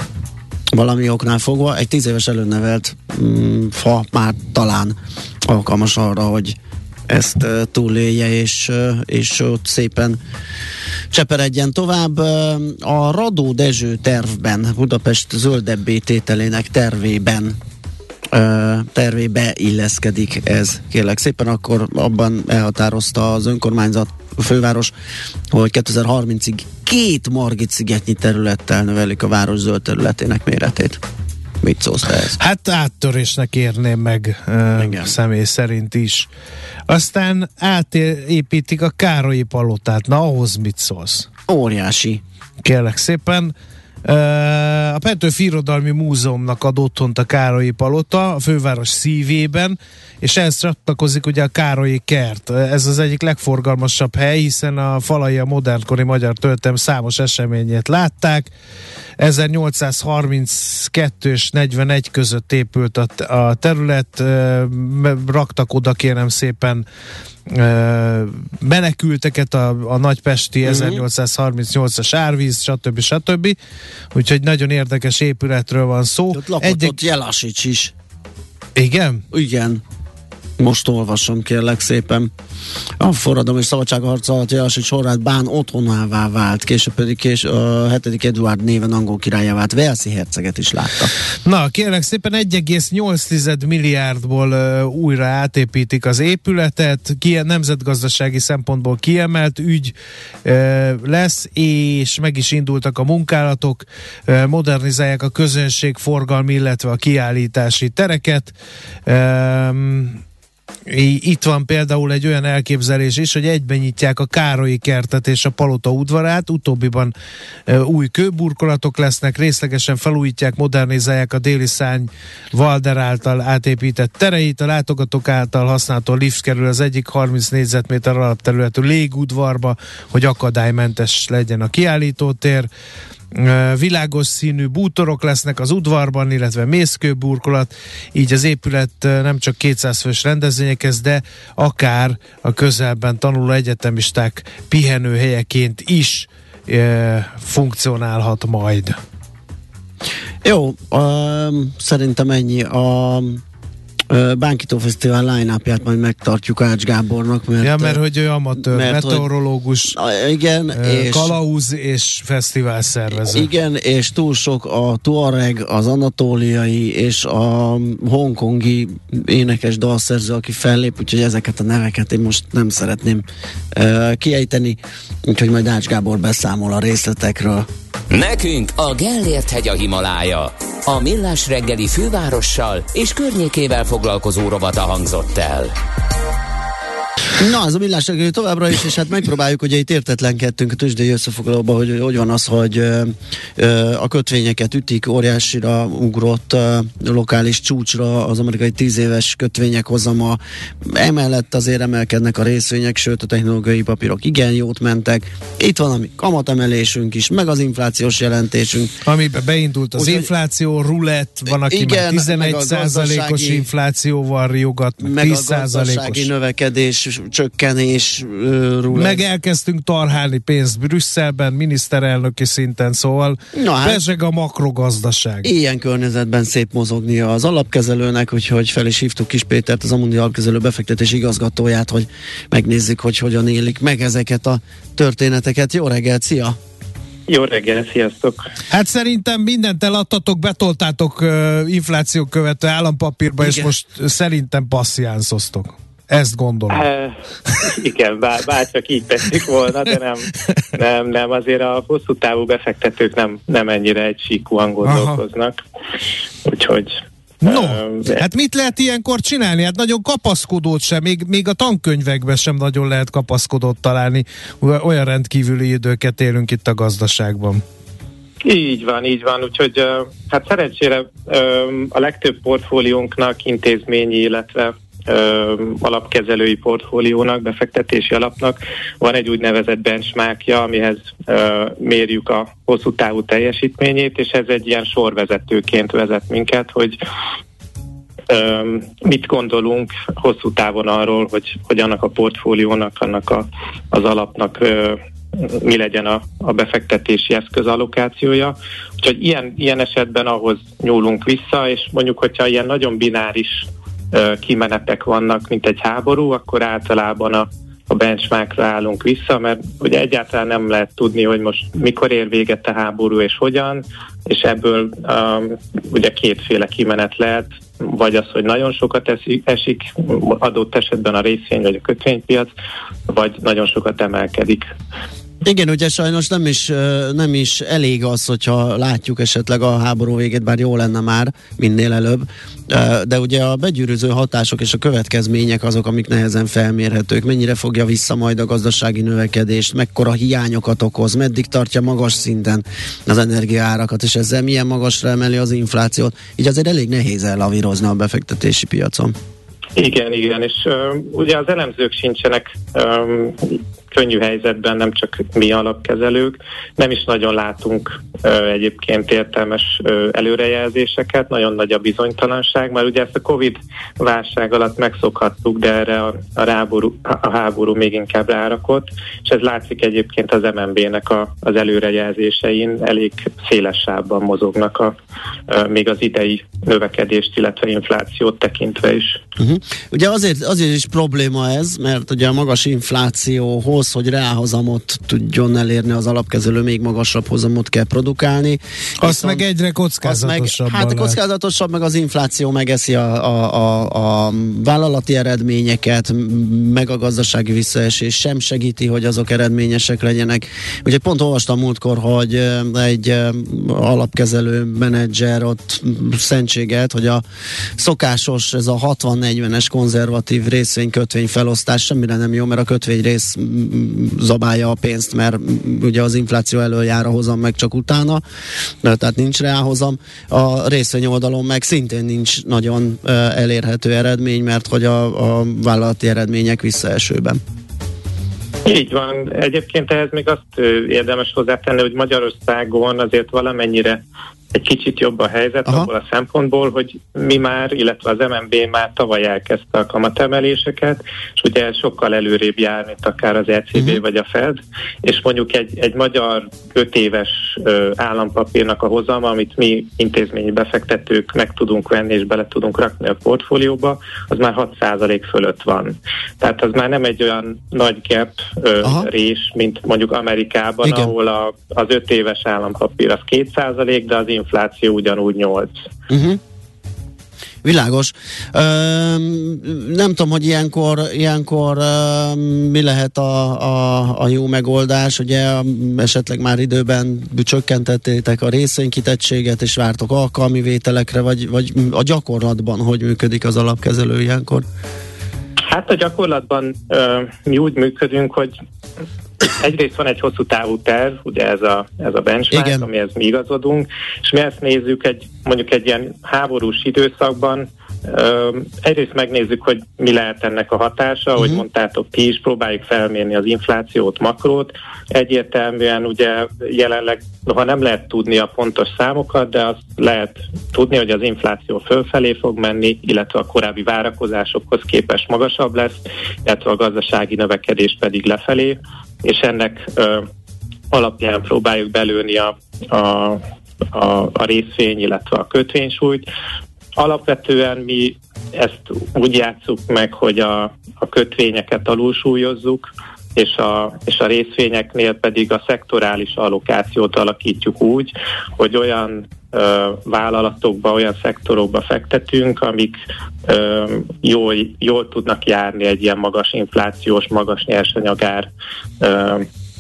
valami oknál fogva. Egy tíz éves előnevelt mm, fa már talán alkalmas arra, hogy ezt uh, túlélje, és, uh, és ott szépen cseperedjen tovább. Uh, a Radó Dezső tervben, Budapest zöldebbé tételének tervében uh, tervébe illeszkedik ez, kérlek szépen, akkor abban elhatározta az önkormányzat, a főváros, hogy kétezer-harmincig két Margit-szigetnyi területtel növelik a város zöld területének méretét. Mit szólsz te ezt? Hát áttörésnek érném meg uh, személy szerint is. Aztán átépítik a Károlyi palotát. Na, ahhoz mit szólsz? Óriási. Kérlek szépen. Uh, a Petőfi Irodalmi Múzeumnak ad otthont a Károlyi palota a főváros szívében, és ehhez csatlakozik ugye a Károlyi kert. Ez az egyik legforgalmasabb hely, hiszen a falai a modernkori magyar történelem számos eseményét látták. ezernyolcszázharminckettő és negyvenegy között épült a, a terület, uh, raktak oda kérem szépen uh, menekülteket a, a nagypesti mm-hmm. ezernyolcszázharmincnyolcas árvíz, stb. stb. Úgyhogy nagyon érdekes épületről van szó. Ott lakott Egy... ott Jelasics is. Igen? Igen. Most olvasom, kérlek szépen. A forradalom és szabadságharc alatt Jelasit sorát Bán otthonává vált, később pedig kés, a hetedik Eduárd néven angol királlyá vált Walesi herceget is látta. Na, kérlek szépen egy egész nyolc milliárdból uh, újra átépítik az épületet, ki, nemzetgazdasági szempontból kiemelt ügy uh, lesz, és meg is indultak a munkálatok, uh, modernizálják a közönségforgalmi, illetve a kiállítási tereket. Um, Itt van például egy olyan elképzelés is, hogy egyben nyitják a Károlyi kertet és a Palota udvarát, utóbbiban e, új kőburkolatok lesznek, részlegesen felújítják, modernizálják a Déli Szárny Walder által átépített tereit, a látogatók által használható lift kerül az egyik harminc négyzetméter alapterületű légudvarba, hogy akadálymentes legyen a kiállítótér. Világos színű bútorok lesznek az udvarban, illetve mészkőburkolat, így az épület nem csak kétszáz fős rendezvényekhez, de akár a közelben tanuló egyetemisták pihenőhelyeként is e, funkcionálhat majd. Jó, um, szerintem ennyi. A Bánkító Fesztivál line-upját majd megtartjuk Ács Gábornak, mert... Ja, mert hogy ő amatőr, mert, meteorológus, hogy, igen, és, kalauz és fesztivál szervező. Igen, és túl sok a tuareg, az anatóliai és a hongkongi énekes dalszerző, aki fellép, úgyhogy ezeket a neveket én most nem szeretném uh, kiejteni, úgyhogy majd Ács Gábor beszámol a részletekről. Nekünk a Gellért hegy a Himalája. A Millás reggeli fővárossal és környékével foglalkozó rovata hangzott el. Na, ez a Millás reggeli továbbra is, és hát megpróbáljuk, ugye itt értetlenkedtünk a tőzsdei összefoglalóban, hogy hogy van az, hogy ö, ö, a kötvényeket ütik, óriásira ugrott ö, lokális csúcsra az amerikai tíz éves kötvények hozama, emellett azért emelkednek a részvények, sőt a technológiai papírok igen jót mentek. Itt van a mi kamatemelésünk is, meg az inflációs jelentésünk. Amiben beindult az úgy, infláció rulett, van, aki igen, már tizenegy százalékos inflációval riogat, meg tíz százalékos. Meg a gazdasági növekedés, csökkenés uh, meg elkezdtünk tarhálni pénzt Brüsszelben, miniszterelnöki szinten, szóval hát, bezseg a makrogazdaság. Ilyen környezetben szép mozognia az alapkezelőnek, úgyhogy fel is hívtuk Kis Pétert, az Amundi alapkezelő befektetési igazgatóját, hogy megnézzük, hogy hogyan élik meg ezeket a történeteket. Jó reggelt, szia! Jó reggelt, sziasztok! Hát szerintem mindent eladtatok, betoltátok uh, infláció követő állampapírba, igen. És most szerintem passziánszoztok. Ezt gondolom. E, igen, bár, bár csak így teszik volna, de nem, nem, nem, azért a hosszú távú befektetők nem, nem ennyire egysíkúan gondolkoznak. Úgyhogy... No, de... hát mit lehet ilyenkor csinálni? Hát nagyon kapaszkodót sem, még, még a tankönyvekben sem nagyon lehet kapaszkodót találni. Olyan rendkívüli időket élünk itt a gazdaságban. Így van, így van, úgyhogy hát szerencsére a legtöbb portfóliónknak intézményi, illetve Ö, alapkezelői portfóliónak, befektetési alapnak van egy úgynevezett benchmarkja, amihez ö, mérjük a hosszú távú teljesítményét, és ez egy ilyen sorvezetőként vezet minket, hogy ö, mit gondolunk hosszú távon arról, hogy, hogy annak a portfóliónak, annak a, az alapnak ö, mi legyen a, a befektetési eszköz allokációja. Úgyhogy ilyen, ilyen esetben ahhoz nyúlunk vissza, és mondjuk, hogyha ilyen nagyon bináris kimenetek vannak, mint egy háború, akkor általában a, a benchmarkra állunk vissza, mert ugye egyáltalán nem lehet tudni, hogy most mikor ér véget a háború és hogyan, és ebből um, ugye kétféle kimenet lehet, vagy az, hogy nagyon sokat esik, esik adott esetben a részvény vagy a kötvénypiac, vagy nagyon sokat emelkedik. Igen, ugye sajnos nem is, nem is elég az, hogyha látjuk esetleg a háború végét, bár jó lenne már minél előbb, de ugye a begyűrűző hatások és a következmények azok, amik nehezen felmérhetők. Mennyire fogja vissza majd a gazdasági növekedést, mekkora hiányokat okoz, meddig tartja magas szinten az energiaárakat, és ezzel milyen magasra emeli az inflációt. Így azért elég nehéz ellavírozni a befektetési piacon. Igen, igen, és uh, ugye az elemzők sincsenek um, könnyű helyzetben, nem csak mi alapkezelők, nem is nagyon látunk ö, egyébként értelmes ö, előrejelzéseket, nagyon nagy a bizonytalanság, mert ugye ezt a Covid válság alatt megszokhattuk, de erre a, a, ráború, a háború még inkább rárakott, és ez látszik egyébként az em en bé-nek a, az előrejelzésein, elég széles sávban mozognak a, a, még az idei növekedést, illetve inflációt tekintve is. Uh-huh. Ugye azért, azért is probléma ez, mert ugye a magas inflációhoz, hogy reálhozamot tudjon elérni az alapkezelő, még magasabb hozamot kell produkálni. Azt Viszont, meg egyre kockázatosabb. Hát a kockázatosabb, meg az infláció megeszi a, a, a, a vállalati eredményeket, meg a gazdasági visszaesés sem segíti, hogy azok eredményesek legyenek. Ugye pont olvastam múltkor, hogy egy alapkezelő menedzser ott szentséget, hogy a szokásos, ez a hatvan-negyvenes konzervatív részvénykötvény felosztás semmire nem jó, mert a kötvény rész zabálja a pénzt, mert ugye az infláció elől jár a hozam meg csak utána, tehát nincs reálhozam. A részvény oldalon meg szintén nincs nagyon elérhető eredmény, mert hogy a, a vállalati eredmények visszaesőben. Így van. Egyébként ehhez még azt érdemes hozzátenni, hogy Magyarországon azért valamennyire egy kicsit jobb a helyzet. Aha. Abból a szempontból, hogy mi már, illetve az em en bé már tavaly elkezdte a kamatemeléseket, és ugye sokkal előrébb jár, mint akár az é cé bé uh-huh. vagy a Fed, és mondjuk egy, egy magyar öt éves ö, állampapírnak a hozama, amit mi intézményi befektetők meg tudunk venni és bele tudunk rakni a portfólióba, az már hat százalék fölött van. Tehát az már nem egy olyan nagy gap ö, rés, mint mondjuk Amerikában, igen. ahol a, az öt éves állampapír az két százalék, de az infláció ugyanúgy nyolc. Uh-huh. Világos. Üm, nem tudom, hogy ilyenkor, ilyenkor üm, mi lehet a, a, a jó megoldás. Ugye esetleg már időben csökkentettétek a részvénykitettséget, és vártok alkalmi vételekre, vagy, vagy a gyakorlatban hogy működik az alapkezelő ilyenkor? Hát a gyakorlatban ö, mi úgy működünk, hogy egyrészt van egy hosszú távú terv, ugye ez a, ez a benchmark, igen. amihez mi igazodunk, és mi ezt nézzük egy, mondjuk egy ilyen háborús időszakban, ö, egyrészt megnézzük, hogy mi lehet ennek a hatása, uh-huh. ahogy mondtátok ti is, próbáljuk felmérni az inflációt, makrót, egyértelműen ugye jelenleg, ha nem lehet tudni a pontos számokat, de azt lehet tudni, hogy az infláció fölfelé fog menni, illetve a korábbi várakozásokhoz képest magasabb lesz, illetve a gazdasági növekedés pedig lefelé, és ennek ö, alapján próbáljuk belőni a, a, a, a részvény, illetve a kötvénysúlyt. Alapvetően mi ezt úgy játsszuk meg, hogy a, a kötvényeket alulsúlyozzuk, és a, és a részvényeknél pedig a szektorális allokációt alakítjuk úgy, hogy olyan ö, vállalatokba, olyan szektorokba fektetünk, amik ö, jól, jól tudnak járni egy ilyen magas inflációs, magas nyersanyagár ö,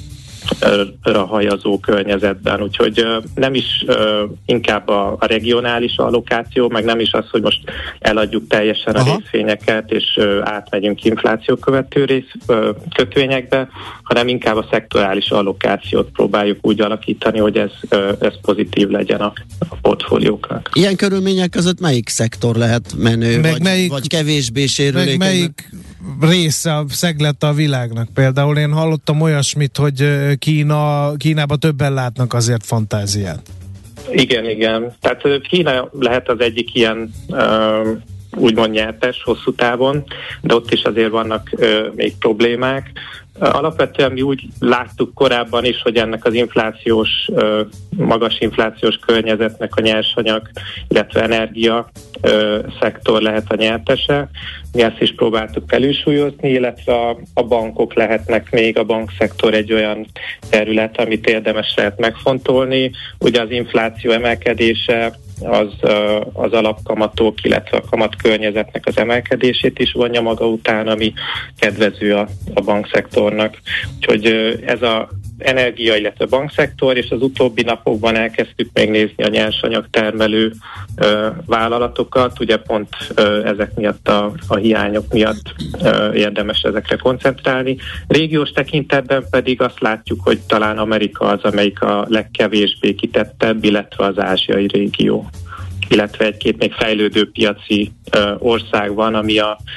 hajazó környezetben, úgyhogy nem is inkább a, a regionális allokáció, meg nem is az, hogy most eladjuk teljesen Aha. a részvényeket, és átmegyünk infláció követő rész, kötvényekbe, hanem inkább a szektorális allokációt próbáljuk úgy alakítani, hogy ez, ez pozitív legyen a, a portfólióknak. Ilyen körülmények között melyik szektor lehet menő, meg vagy, melyik, vagy kevésbé sérülékeny? Meg melyik része a szeglete a világnak? Például én hallottam olyasmit, hogy Kína, Kínába többen látnak azért fantáziát. Igen, igen. Tehát Kína lehet az egyik ilyen uh, úgymond nyertes hosszú távon, de ott is azért vannak uh, még problémák. Uh, alapvetően mi úgy láttuk korábban is, hogy ennek az inflációs, uh, magas inflációs környezetnek a nyersanyag, illetve energia uh, szektor lehet a nyertese. Mi ezt is próbáltuk felülsúlyozni, illetve a, a bankok lehetnek még, a bankszektor egy olyan terület, amit érdemes lehet megfontolni. Ugye az infláció emelkedése az, az alapkamatok, illetve a kamatkörnyezetnek az emelkedését is vonja maga után, ami kedvező a, a bankszektornak. Úgyhogy ez a energia, illetve bankszektor, és az utóbbi napokban elkezdtük megnézni a nyersanyag termelő ö, vállalatokat, ugye pont ö, ezek miatt a, a hiányok miatt ö, érdemes ezekre koncentrálni. Régiós tekintetben pedig azt látjuk, hogy talán Amerika az, amelyik a legkevésbé kitettebb, illetve az ázsiai régió, illetve egy-két még fejlődő piaci ö, ország van, ami a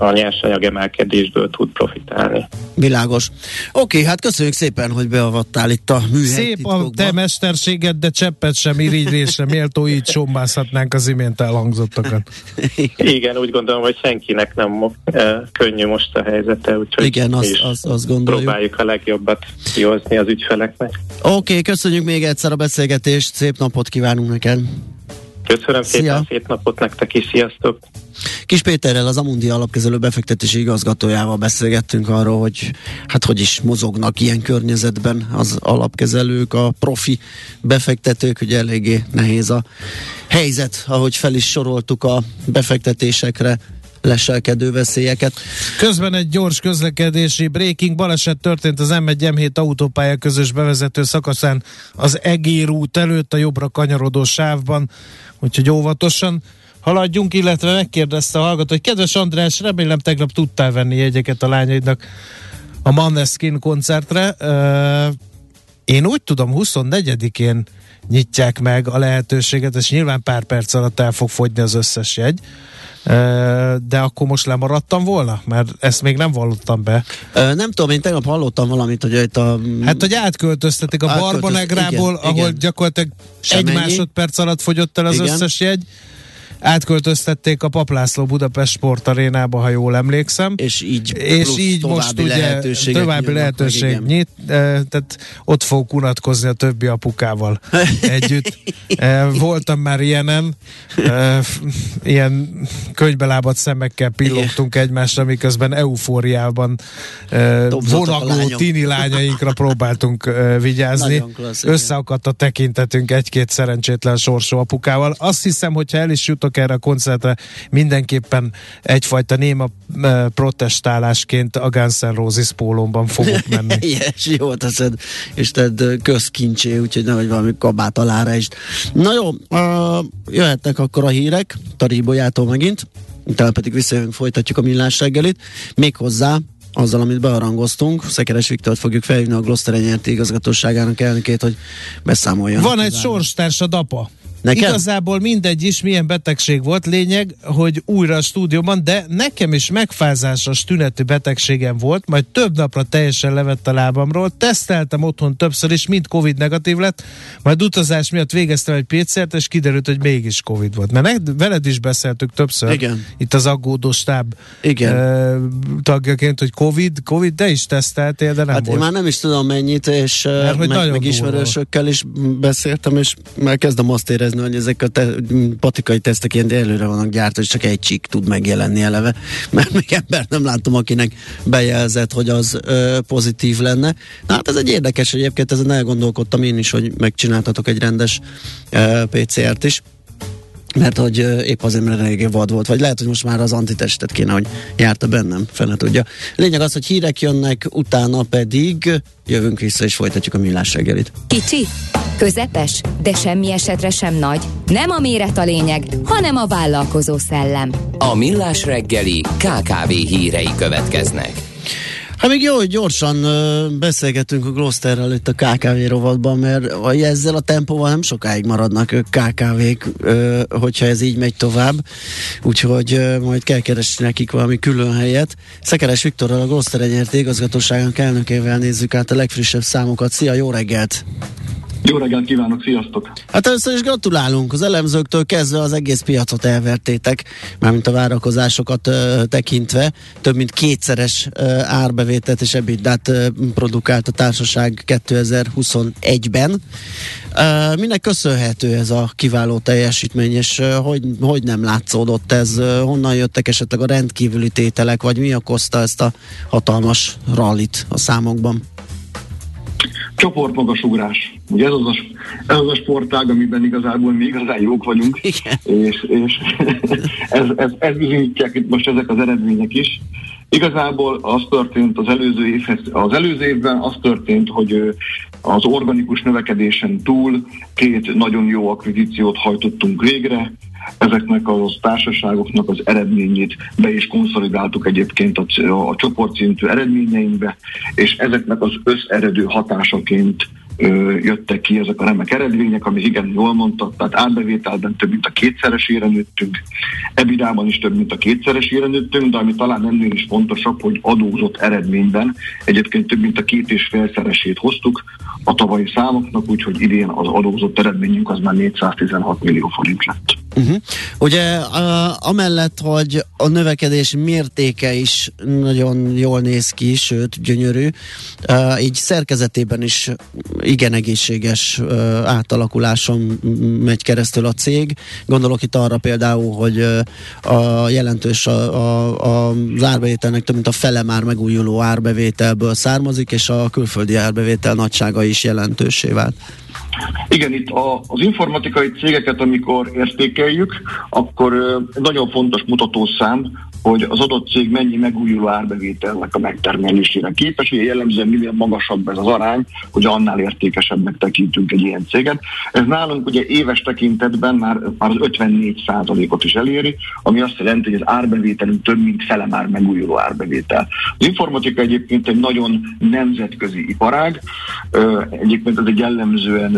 a nyersanyag emelkedésből tud profitálni. Világos. Oké, okay, hát köszönjük szépen, hogy beavattál itt a műhely Szép titkokba. a te mesterséged, de cseppet sem irigylésre méltó, így sombázhatnánk az imént elhangzottakat. Igen, úgy gondolom, hogy senkinek nem mo- e, könnyű most a helyzete, úgyhogy igen, azt, is azt, azt gondoljuk. próbáljuk a legjobbat kihozni az ügyfeleknek. Oké, okay, köszönjük még egyszer a beszélgetést, szép napot kívánunk neked. Köszönöm Szia. szépen, szép napot nektek is, sziasztok! Kis Péterrel, az Amundi alapkezelő befektetési igazgatójával beszélgettünk arról, hogy hát hogy is mozognak ilyen környezetben az alapkezelők, a profi befektetők, hogy eléggé nehéz a helyzet, ahogy fel is soroltuk a befektetésekre leselkedő veszélyeket. Közben egy gyors közlekedési breaking baleset történt az M egy M hét autópálya közös bevezető szakaszán az Egér út előtt a jobbra kanyarodó sávban, úgyhogy óvatosan haladjunk, illetve megkérdezte a hallgató, hogy kedves András, remélem tegnap tudtál venni jegyeket a lányaidnak a Måneskin koncertre. Uh, én úgy tudom, huszonnegyedikén nyitják meg a lehetőséget, és nyilván pár perc alatt el fog fogyni az összes jegy. De akkor most lemaradtam volna? Mert ezt még nem vallottam be. Nem tudom, én tegnap hallottam valamit, hogy itt a... Hát, hogy átköltöztetik a Barbanegrából, ahol igen. gyakorlatilag Semennyi. egy másodperc alatt fogyott el az igen. összes jegy. Átköltöztették a Paplászló Budapest Sportarénába, ha jól emlékszem. És így, és így most ugye további lehetőség meg, nyit, e, tehát ott fogok unatkozni a többi apukával együtt. E, voltam már ilyenen, e, ilyen könybelábadt szemekkel pillogtunk egymásra, miközben eufóriában e, vonagló tini lányainkra próbáltunk e, vigyázni. Összeakadt a tekintetünk egy-két szerencsétlen sorsú apukával. Azt hiszem, hogyha el is jutok erre a koncertre, mindenképpen egyfajta néma uh, protestálásként a Guns N' Roses pólómban fogok menni. Yes, jó teszed, és tedd közkincsé, úgyhogy nehogy valami kabát alára is. Na jó, uh, jöhetnek akkor a hírek, Taríbolyától megint, utána pedig visszajövünk, folytatjuk a millás reggelit, méghozzá azzal, amit bearangoztunk. Szekeres Viktort fogjuk felhívni, a Gloster Enyerti igazgatóságának elnökét, hogy beszámoljon. Van egy sorstárs, a dapa. Nekem? Igazából mindegy is, milyen betegség volt, lényeg, hogy újra a stúdióban, de nekem is megfázásos tünetű betegségem volt, majd több napra teljesen levett a lábamról, teszteltem otthon többször is, mind Covid negatív lett, majd utazás miatt végeztem egy pé cé ert, és kiderült, hogy mégis Covid volt. Mert veled is beszéltük többször, igen. Itt az aggódó stáb igen. Uh, tagjaként, hogy Covid, Covid, te is teszteltél, de nem hát volt. Én már nem is tudom mennyit, és Mert, meg, meg, meg ismerősökkel is beszéltem, és már kezdem azt érezni, hogy ezek a te- patikai tesztek ilyen előre vannak gyártva, és csak egy csík tud megjelenni eleve, mert még ember nem látom, akinek bejelzett, hogy az ö, pozitív lenne. Na hát ez egy érdekes, egyébként ezen elgondolkodtam én is, hogy megcsináltatok egy rendes ö, pé cé ert is, mert hogy ö, épp azért, mert eléggé vad volt, vagy lehet, hogy most már az antitestet kéne, hogy járta bennem, fene tudja. Lényeg az, hogy hírek jönnek, utána pedig jövünk vissza, és folytatjuk a millás reggelit. Kicsi, közepes, de semmi esetre sem nagy. Nem a méret a lényeg, hanem a vállalkozó szellem. A millás reggeli ká ká vé hírei következnek. Hát még jó, hogy gyorsan ö, beszélgetünk a Glosterrel itt a ká ká vé rovatban, mert ezzel a tempóval nem sokáig maradnak ők ká ká vék, ö, hogyha ez így megy tovább. Úgyhogy ö, majd kell keresni nekik valami külön helyet. Szekeres Viktorral, a Gloster Enyerti igazgatóságának elnökével nézzük át a legfrissebb számokat. Szia, jó reggelt! Jó reggelt kívánok, sziasztok! Hát először is gratulálunk, az elemzőktől kezdve az egész piacot elvertétek, mármint a várakozásokat ö, tekintve. Több mint kétszeres ö, árbevételt és ebitdát ö, produkált a társaság kétezer-huszonegyben. Ö, minek köszönhető ez a kiváló teljesítmény, és ö, hogy, hogy nem látszódott ez? Ö, honnan jöttek esetleg a rendkívüli tételek, vagy mi okozta ezt a hatalmas rallit a számokban? Csoportmagasugrás. Ugye ez az, a, ez az a sportág, amiben igazából mi igazán jók vagyunk, igen. és, és ez, ez, ez bizonyítják itt most ezek az eredmények is. Igazából az történt az előző évhez, az előző évben az történt, hogy az organikus növekedésen túl két nagyon jó akvizíciót hajtottunk végre. Ezeknek a társaságoknak az eredményét be is konszolidáltuk egyébként a, a csoportszintű eredményeinkbe, és ezeknek az összeredő hatásaként ö, jöttek ki ezek a remek eredmények, amik igen jól mondtak, tehát árbevételben több mint a kétszeresére nőttünk, ebidában is több mint a kétszeresére nőttünk, de ami talán ennél is fontosabb, hogy adózott eredményben egyébként több mint a két és félszeresét hoztuk a tavalyi számoknak, úgyhogy idén az adózott eredményünk az már négyszáztizenhat millió forint lett. Uh-huh. Ugye a, amellett, hogy a növekedés mértéke is nagyon jól néz ki, sőt gyönyörű, uh, így szerkezetében is igen egészséges uh, átalakuláson megy keresztül a cég. Gondolok itt arra például, hogy uh, a jelentős a, a, a, az árbevételnek több mint a fele már megújuló árbevételből származik, és a külföldi árbevétel nagysága is jelentőssé vált. Igen, itt a, az informatikai cégeket, amikor értékeljük, akkor ö, nagyon fontos mutatószám, hogy az adott cég mennyi megújuló árbevételnek a megtermelésére képes, ugye jellemzően minél magasabb ez az arány, hogy annál értékesebbnek tekintünk egy ilyen céget. Ez nálunk ugye éves tekintetben már, már az ötvennégy százalékot is eléri, ami azt jelenti, hogy az árbevételünk több mint fele már megújuló árbevétel. Az informatika egyébként egy nagyon nemzetközi iparág, egyébként ez egy jellemzően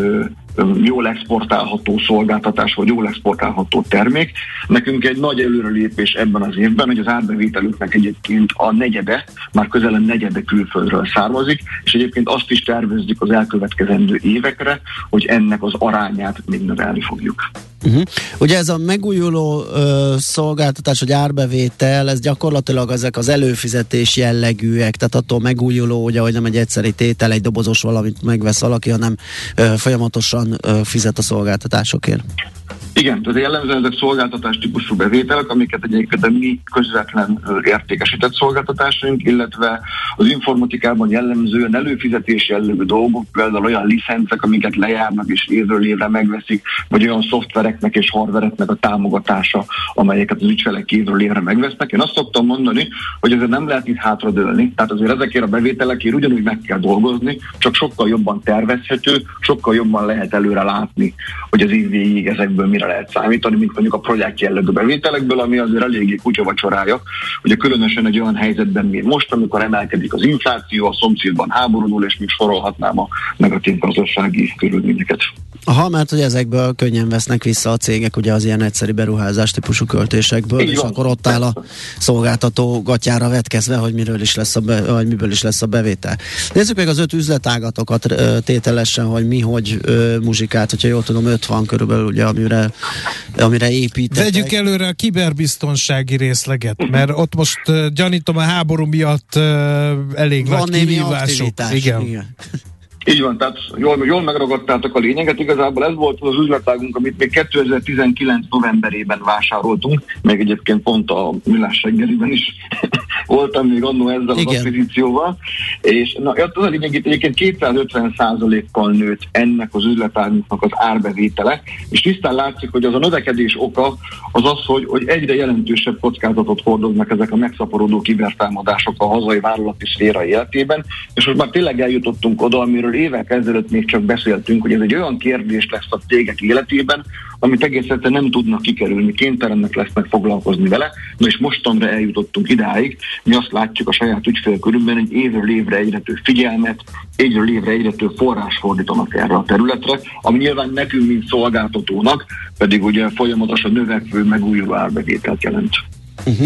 jól exportálható szolgáltatás, vagy jól exportálható termék. Nekünk egy nagy előrelépés ebben az évben, hogy az árbevételünknek egyébként a negyede, már közel a negyede külföldről származik, és egyébként azt is tervezzük az elkövetkezendő évekre, hogy ennek az arányát még növelni fogjuk. Uh-huh. Ugye ez a megújuló ö, szolgáltatás, vagy árbevétel, ez gyakorlatilag ezek az előfizetés jellegűek, tehát attól megújuló, ugye, hogy nem egy egyszeri tétel, egy dobozos valamit megvesz valaki, hanem ö, folyamatosan ö, fizet a szolgáltatásokért. Igen, tehát jellemzően ezek szolgáltatás típusú bevételek, amiket egyébként a mi közvetlen értékesített szolgáltatásaink, illetve az informatikában jellemzően előfizetés jellegű dolgok, például olyan licencek, amiket lejárnak és évről évre megveszik, vagy olyan szoftvereknek és hardvereknek a támogatása, amelyeket az ügyfelek évről évre megvesznek. Én azt szoktam mondani, hogy ezért nem lehet itt hátradőlni, tehát azért ezekért a bevételekért ugyanúgy meg kell dolgozni, csak sokkal jobban tervezhető, sokkal jobban lehet előre látni, hogy az év végéig ezekből mire lehet számítani, mint mondjuk a projekt jellegű bevételekből, ami azért eléggé kutyavacsorája, ugye különösen egy olyan helyzetben, mint most, amikor emelkedik az infláció, a szomszédban háborúdul, és még sorolhatnám a negatív gazdasági körülményeket. Aha, mert hogy ezekből könnyen vesznek vissza a cégek ugye az ilyen egyszeri beruházás típusú költésekből, így és van. Akkor ott áll a szolgáltató gatyára vetkezve, hogy miről is lesz a be, vagy miből is lesz a bevétel. Nézzük meg az öt üzletágatokat tételesen, hogy mi, hogy ö, muzsikált, hogyha jól tudom, öt van körülbelül, ugye, amire, amire építettek. Vegyük előre a kiberbiztonsági részleget, mert ott most uh, gyanítom a háború miatt uh, elég van nagy kihívások. Igen. Igen. Így van, tehát jól, jól megragadtátok a lényeget. Igazából ez volt az üzletágunk, amit még kétezer-tizenkilenc novemberében vásároltunk, meg egyébként pont a Millás reggeliben is voltam még annó ezzel az akvizícióval. És na, az a lényeg, itt egyébként kétszázötven százalékkal nőtt ennek az üzletágunknak az árbevétele, és tisztán látszik, hogy az a növekedés oka az az, hogy, hogy egyre jelentősebb kockázatot hordoznak ezek a megszaporodó kibertámadások a hazai vállalati szféra életében, és most már tényleg eljutottunk oda, amiről évek ezelőtt még csak beszéltünk, hogy ez egy olyan kérdés lesz a cégek életében, amit egész egyszerűen nem tudnak kikerülni, kénytelenek lesznek foglalkozni vele. Na és mostanra eljutottunk idáig, mi azt látjuk a saját ügyfélkörünkben, hogy évről évre egyre több figyelmet, évről évre egyre több forrás fordítanak erre a területre, ami nyilván nekünk, mint szolgáltatónak, pedig ugye folyamatosan növekvő, megújuló árbevételt jelent. Uh-huh.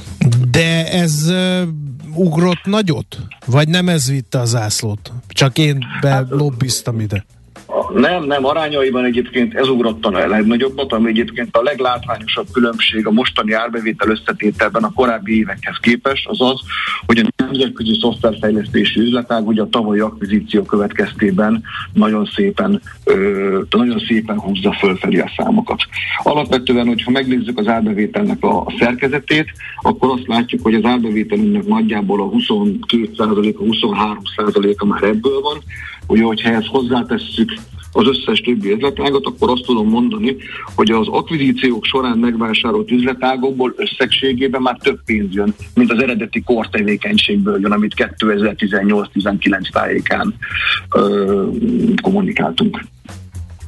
De ez uh, ugrott nagyot? Vagy nem ez vitte a zászlót? Csak én belobbiztam ide. Nem, nem, arányaiban egyébként ez ugrottan a legnagyobbat, ami egyébként a leglátványosabb különbség a mostani árbevétel összetételben a korábbi évekhez képest, az az, hogy a nemzetközi szoftverfejlesztési üzletág ugye a tavalyi akvizíció következtében nagyon szépen, ö, nagyon szépen húzza fölfelé a számokat. Alapvetően, hogyha megnézzük az árbevételnek a, a szerkezetét, akkor azt látjuk, hogy az árbevételünknek nagyjából a huszonkét százalék, a huszonhárom százaléka már ebből van. Ugye, hogyha ezt hozzátesszük az összes többi üzletágat, akkor azt tudom mondani, hogy az akvizíciók során megvásárolt üzletágokból összegségében már több pénz jön, mint az eredeti core tevékenységből jön, amit kétezer-tizennyolc-tizenkilenc tájékán ö, kommunikáltunk.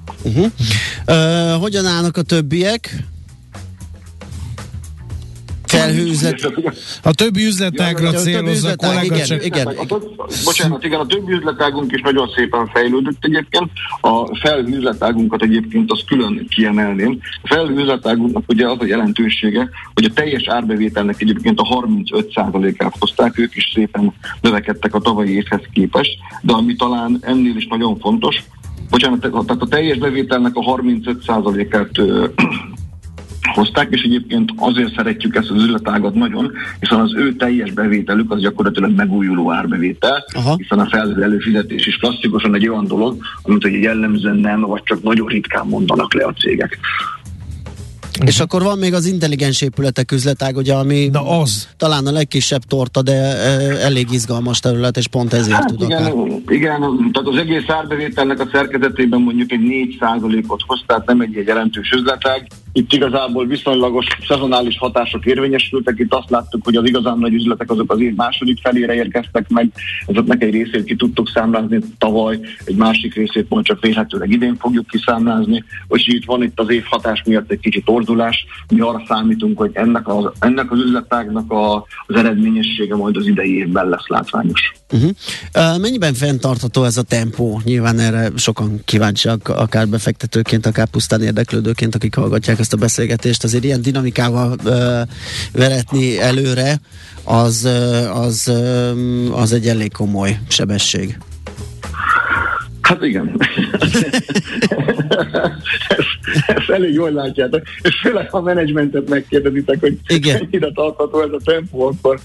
Uh-huh. Uh, hogyan állnak a többiek? Felhőüzlet. A többi üzletágra Ja, célozza a kollega, igen, csak... igen. A több, bocsánat, igen, a többi üzletágunk is nagyon szépen fejlődött egyébként. A felhőüzletágunkat egyébként azt külön kiemelném. A felhőüzletágunknak ugye az a jelentősége, hogy a teljes árbevételnek egyébként a harmincöt százalékát hozták, ők is szépen növekedtek a tavalyi évhez képest, de ami talán ennél is nagyon fontos, bocsánat, tehát a teljes bevételnek a harmincöt százalékát hozták, és egyébként azért szeretjük ezt az üzletágat nagyon, hiszen az ő teljes bevételük az gyakorlatilag megújuló árbevétel, Aha. hiszen a felhő előfizetés is klasszikusan egy olyan dolog, amit hogy jellemzően nem, vagy csak nagyon ritkán mondanak le a cégek. Uh-huh. És akkor van még az intelligens épületek üzletág, ugye, ami Na az. talán a legkisebb torta, de e, elég izgalmas terület, és pont ezért hát tudok. Igen, igen, tehát az egész árbevételnek a szerkezetében mondjuk egy négy százalékot hoz, tehát nem egy, egy jelentős üzletág. Itt igazából viszonylagos szezonális hatások érvényesültek, itt azt láttuk, hogy az igazán nagy üzletek azok az év második felére érkeztek meg, ezeknek egy részét ki tudtuk számlázni tavaly, egy másik részét majd csak vélhetőleg idén fogjuk kiszámlázni, és itt van itt az év hatás miatt egy kicsit torzulás, mi arra számítunk, hogy ennek az, ennek az üzletágnak a, az eredményessége majd az idei évben lesz látványos. Uh-huh. Uh, mennyiben fenntartható ez a tempó? Nyilván erre sokan kíváncsiak, akár befektetőként, akár pusztán érdeklődőként, akik hallgatják ezt a beszélgetést. Azért ilyen dinamikával uh, veretni előre, az, uh, az, uh, az egy elég komoly sebesség. Hát igen. ezt, ezt elég jól látjátok. És főleg, ha a menedzsmentet megkérdezitek, hogy mennyire tartható ez a tempó, akkor,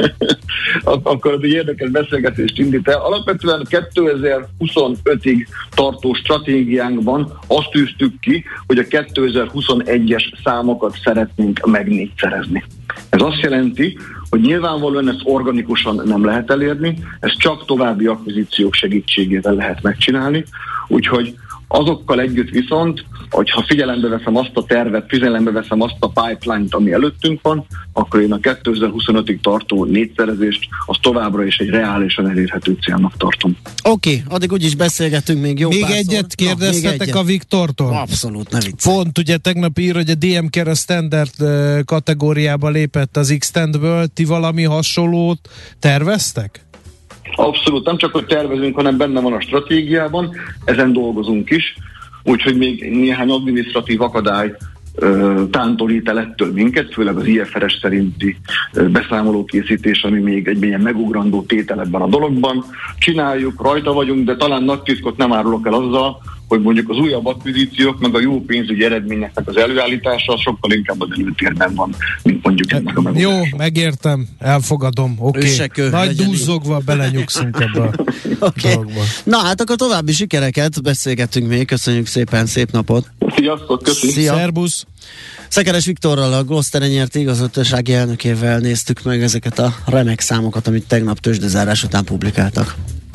akkor az egy érdekes beszélgetést indít el. Alapvetően kétezer-huszonötig tartó stratégiánkban azt tűztük ki, hogy a kétezer-huszonegyes számokat szeretnénk megnégyszerezni. Ez azt jelenti, hogy nyilvánvalóan ezt organikusan nem lehet elérni, ezt csak további akvizíciók segítségével lehet megcsinálni, úgyhogy azokkal együtt viszont, hogyha figyelembe veszem azt a tervet, figyelembe veszem azt a pipeline-t, ami előttünk van, akkor én a kétezer-huszonötig tartó négyszerezést az továbbra is egy reálisan elérhető célnak tartom. Oké, okay, addig úgyis beszélgetünk még jó Még párszor. egyet kérdeztetek Na, a Viktortól? Abszolút, ne viccelj. Pont ugye tegnap ír, hogy a dé em Care a standard uh, kategóriába lépett az X-Tendből. Ti valami hasonlót terveztek? Abszolút, nem csak, hogy tervezünk, hanem benne van a stratégiában, ezen dolgozunk is, úgyhogy még néhány adminisztratív akadály ö, tántorít el ettől minket, főleg az i ef er es szerinti ö, beszámolókészítés, ami még egy ilyen megugrandó tétel ebben a dologban. Csináljuk, rajta vagyunk, de talán nagy titkot nem árulok el azzal, hogy mondjuk az újabb akvizíciók, meg a jó pénzügyi eredményeknek az előállítása sokkal inkább az előtérben van, mint mondjuk ennek a megoldása. Jó, megértem, elfogadom, oké. Okay. Nagy dúzzogva belenyugszunk ebbe a okay. dologba. Na hát akkor további sikereket, beszélgetünk még, köszönjük szépen, szép napot! Sziasztok, köszönjük! Szia. Szerbusz! Szekeres Viktorral, a Gloster nyerti igazgatósági elnökével néztük meg ezeket a remek számokat, amit tegnap tőzsdezárás után publikáltak.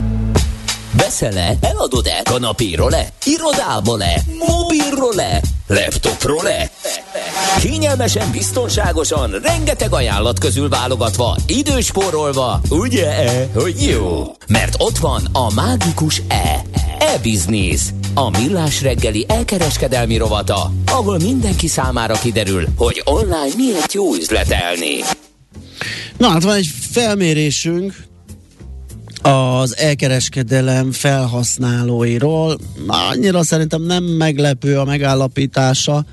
Veszel-e? Eladod-e? Kanapéról-e? Irodából-e? Mobilról-e? Laptopról-e? Kényelmesen, biztonságosan, rengeteg ajánlat közül válogatva, időspórolva, ugye-e, hogy jó? Mert ott van a mágikus E. E-Business. A millás reggeli elkereskedelmi rovata, ahol mindenki számára kiderül, hogy online miért jó üzletelni. Na hát van egy felmérésünk az elkereskedelem felhasználóiról. Annyira szerintem nem meglepő a megállapítása.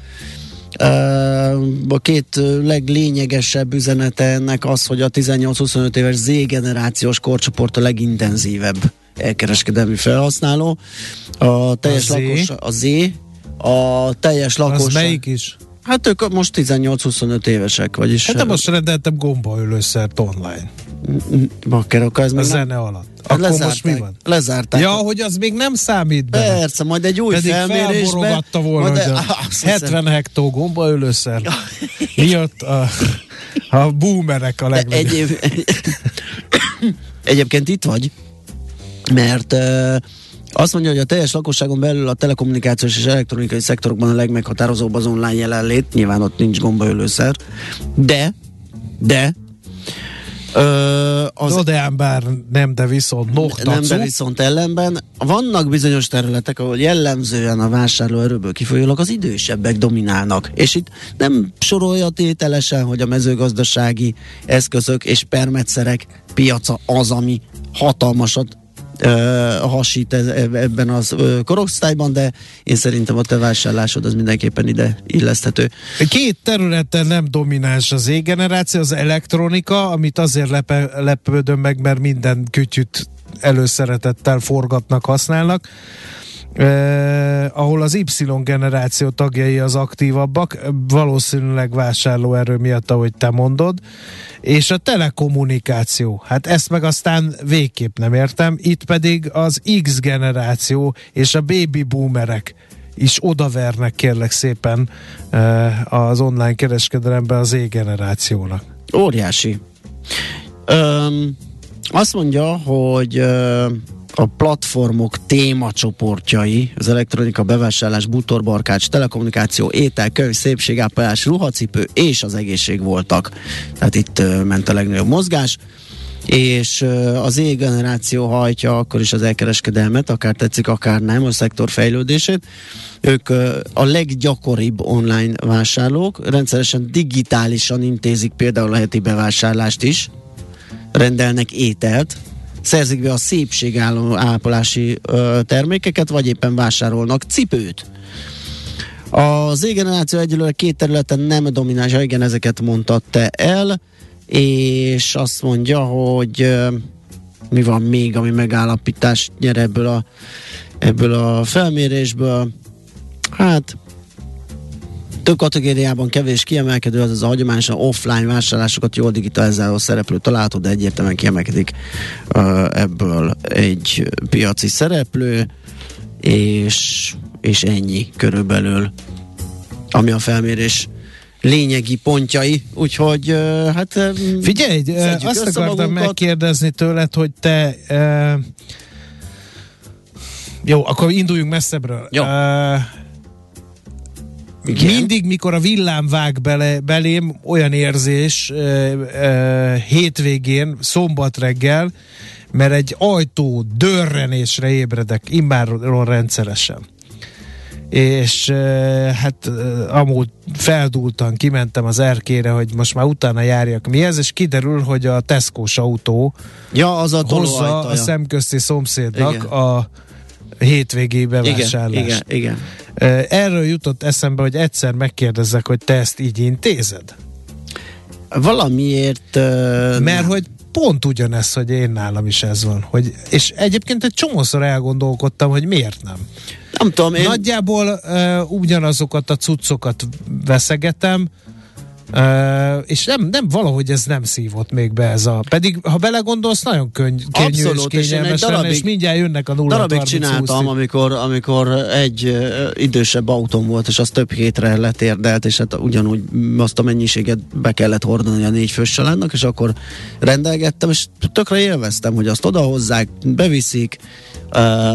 A két leglényegesebb üzenete ennek az, hogy a tizennyolc-huszonöt éves Z-generációs korcsoport a legintenzívebb elkereskedelmi felhasználó. A teljes a lakos, a Z, a teljes lakosság. Az melyik is? Hát ők most tizennyolc-huszonöt évesek, vagyis... Hát de most rendeltem gombaölőszert online. Bakker, akkor ez a még zene nem... alatt. Akkor lezárták, most mi van? Lezárták. Ja, hogy az még nem számít be. Persze, majd egy új pedig felmérésben... Pedig felborogatta volna, de, hogy a hetven hektó gombaölőszer miatt a, a boomerek a legnagyobb. Egyéb... Egyébként itt vagy, mert uh, azt mondja, hogy a teljes lakosságon belül a telekommunikációs és elektronikai szektorokban a legmeghatározóbb az online jelenlét, nyilván ott nincs gombaölőszer, de, de Ö, az no, de bár nem, de viszont noktacó. Nem, de viszont ellenben vannak bizonyos területek, ahol jellemzően a vásárlóerőből kifolyólag az idősebbek dominálnak. És itt nem sorolja tételesen, hogy a mezőgazdasági eszközök és permetszerek piaca az, ami hatalmasat Uh, hasít ez, ebben az uh, korosztályban, de én szerintem a te vásárlásod az mindenképpen ide illeszthető. Két területen nem domináns az E-generáció, az elektronika, amit azért lepe, lepődöm meg, mert minden kütyüt előszeretettel forgatnak, használnak. Uh, ahol az Y-generáció tagjai az aktívabbak, valószínűleg vásárlóerő miatt, ahogy te mondod, és a telekommunikáció, hát ezt meg aztán végképp nem értem, itt pedig az X-generáció és a baby boomerek is odavernek, kérlek szépen, uh, az online kereskedelemben az E-generációnak. Óriási. Um, azt mondja, hogy uh, a platformok témacsoportjai, az elektronika, bevásárlás, bútorbarkács, telekommunikáció, étel, könyv, szépségápolás, ruhacipő és az egészség voltak. Tehát itt uh, ment a legnagyobb mozgás, és uh, az E-generáció hajtja akkor is az elkereskedelmet, akár tetszik, akár nem, a szektor fejlődését. Ők uh, a leggyakoribb online vásárlók, rendszeresen digitálisan intézik például a heti bevásárlást is, rendelnek ételt, szerzik be a szépségápolási ö, termékeket, vagy éppen vásárolnak cipőt. Az E-generáció egyelőre két területen nem domináns, igen, ezeket mondtad te el, és azt mondja, hogy ö, mi van még, ami megállapítást nyer ebből a, ebből a felmérésből. Hát több kategóriában kevés kiemelkedő, az az a hagyományosan offline vásárlásokat jól digitalizáló szereplő található, de egyértelműen kiemelkedik uh, ebből egy piaci szereplő, és, és ennyi körülbelül, ami a felmérés lényegi pontjai, úgyhogy uh, hát figyelj, azt akartam megkérdezni tőled, hogy te uh, jó, akkor induljunk messzebbről. Jó. Uh, Igen. Mindig, mikor a villám vág bele, belém, olyan érzés e, e, hétvégén, szombat reggel, mert egy ajtó dörrenésre ébredek immáron rendszeresen. És e, hát e, amúgy feldúltan kimentem az erkére, hogy most már utána járjak mi ez, és kiderül, hogy a Tesco-s autó ja, az a hozza a szemközti szomszédnak igen. a hétvégi bevásárlást. Igen, igen, igen. Erről jutott eszembe, hogy egyszer megkérdezzek, hogy te ezt így intézed? Valamiért... Uh, Mert hogy pont ugyanez, hogy én nálam is ez van. Hogy, és egyébként egy csomószor elgondolkodtam, hogy miért nem. Nem tudom, én... Nagyjából uh, ugyanazokat a cuccokat veszegetem, Uh, és nem, nem, valahogy ez nem szívott még be ez a... Pedig, ha belegondolsz, nagyon könny, könnyű és kényelmes lenne, és mindjárt jönnek a nulla darabig csináltam, amikor, amikor egy uh, idősebb autóm volt, és az több hétre letérdelt, és hát ugyanúgy azt a mennyiséget be kellett hordani a négy fős családnak, és akkor rendelgettem, és tökre élveztem, hogy azt odahozzák, beviszik, uh,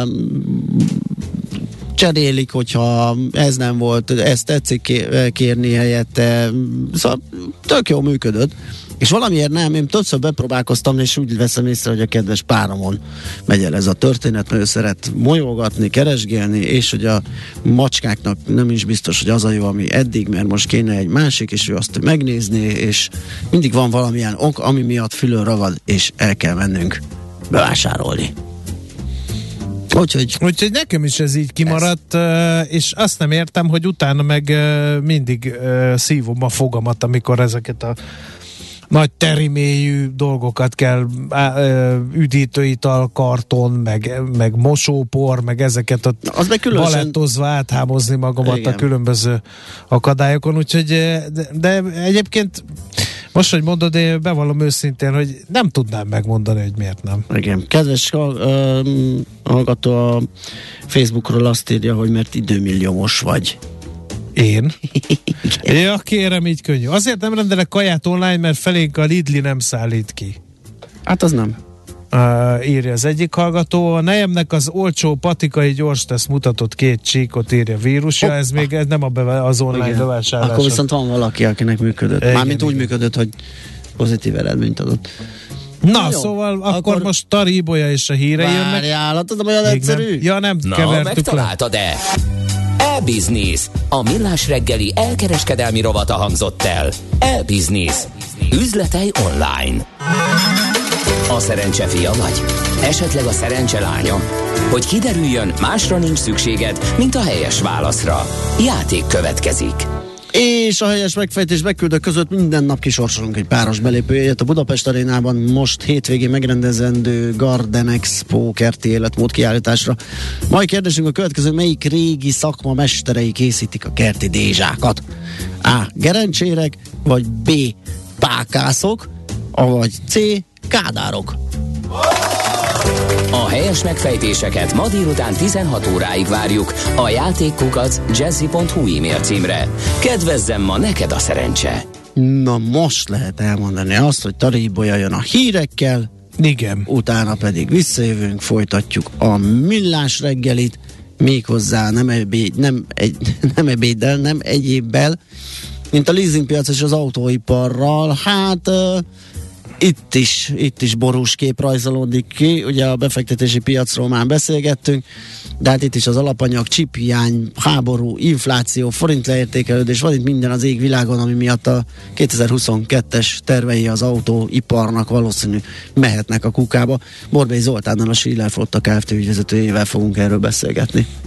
cserélik, hogyha ez nem volt, ezt tetszik kérni helyette, szóval tök jól működött, és valamiért nem, én többször bepróbálkoztam, és úgy veszem észre, hogy a kedves páromon megy el ez a történet, mert ő szeret molyolgatni, keresgélni, és hogy a macskáknak nem is biztos, hogy az a jó, ami eddig, mert most kéne egy másik, és ő azt megnézni, és mindig van valamilyen ok, ami miatt fülön ravad, és el kell mennünk bevásárolni. Úgyhogy, Úgyhogy nekem is ez így kimaradt, ez. És azt nem értem, hogy utána meg mindig szívom a fogamat, amikor ezeket a nagy terimélyű dolgokat kell, üdítőital, karton, meg, meg mosópor, meg ezeket a balettozva áthámozni magamat igen. a különböző akadályokon, úgyhogy de, de egyébként most, hogy mondod, én bevallom őszintén, hogy nem tudnám megmondani, hogy miért nem. Igen. Kedves hallgató a Facebookról azt írja, hogy mert időmilliómos vagy. Én? Ja, kérem, így könnyű. Azért nem rendelek kaját online, mert felénk a Lidli nem szállít ki. Hát az nem. Uh, írja az egyik hallgató. A nejemnek az olcsó patikai gyors tesz mutatott két csíkot, írja vírusja. Ez még ez nem a beve, az online igen. bevásárlás. Akkor viszont van valaki, akinek működött. Igen, Mármint igen. úgy működött, hogy pozitív eredményt adott. Na, jó, szóval akkor, akkor most Tari Ibolya és a híre jönnek. Várjál, tudom, olyan egyszerű. Nem. Ja, nem Na, kevertük megtaláltad-e? E-Business. A millás reggeli elkereskedelmi rovata hangzott el. E-Business. Üzletei online. A szerencse fia vagy? Esetleg a szerencse lánya? Hogy kiderüljön, másra nincs szükséged, mint a helyes válaszra. Játék következik. És a helyes megfejtés megküldők között minden nap kisorsolunk egy páros belépőjét a Budapest Arénában most hétvégén megrendezendő Garden Expo kerti életmód kiállításra. Mai kérdésünk a következő: melyik régi szakma mesterei készítik a kerti dézsákat? A. Gerencsérek, vagy B. Pákászok, vagy C. Kádárok. A helyes megfejtéseket ma délután tizenhat óráig várjuk a játékkukac jazzy pont hu e-mail címre. Kedvezzem ma neked a szerencse! Na most lehet elmondani azt, hogy Tari Ibolya jön a hírekkel, igen. Utána pedig visszajövünk, folytatjuk a millás reggelit, méghozzá nem, ebéd, nem, egy, nem ebéddel, nem egyébbel, mint a leasingpiac és az autóiparral. Hát... Uh, Itt is, itt is borús kép rajzolódik ki, ugye a befektetési piacról már beszélgettünk, de hát itt is az alapanyag, csiphiány, háború, infláció, forint leértékelődés, van itt minden az égvilágon, ami miatt a kétezer-huszonkettes tervei az autóiparnak valószínű mehetnek a kukába. Borbély Zoltánnal, a Schiller Flotta Kft. Ügyvezetőjével fogunk erről beszélgetni.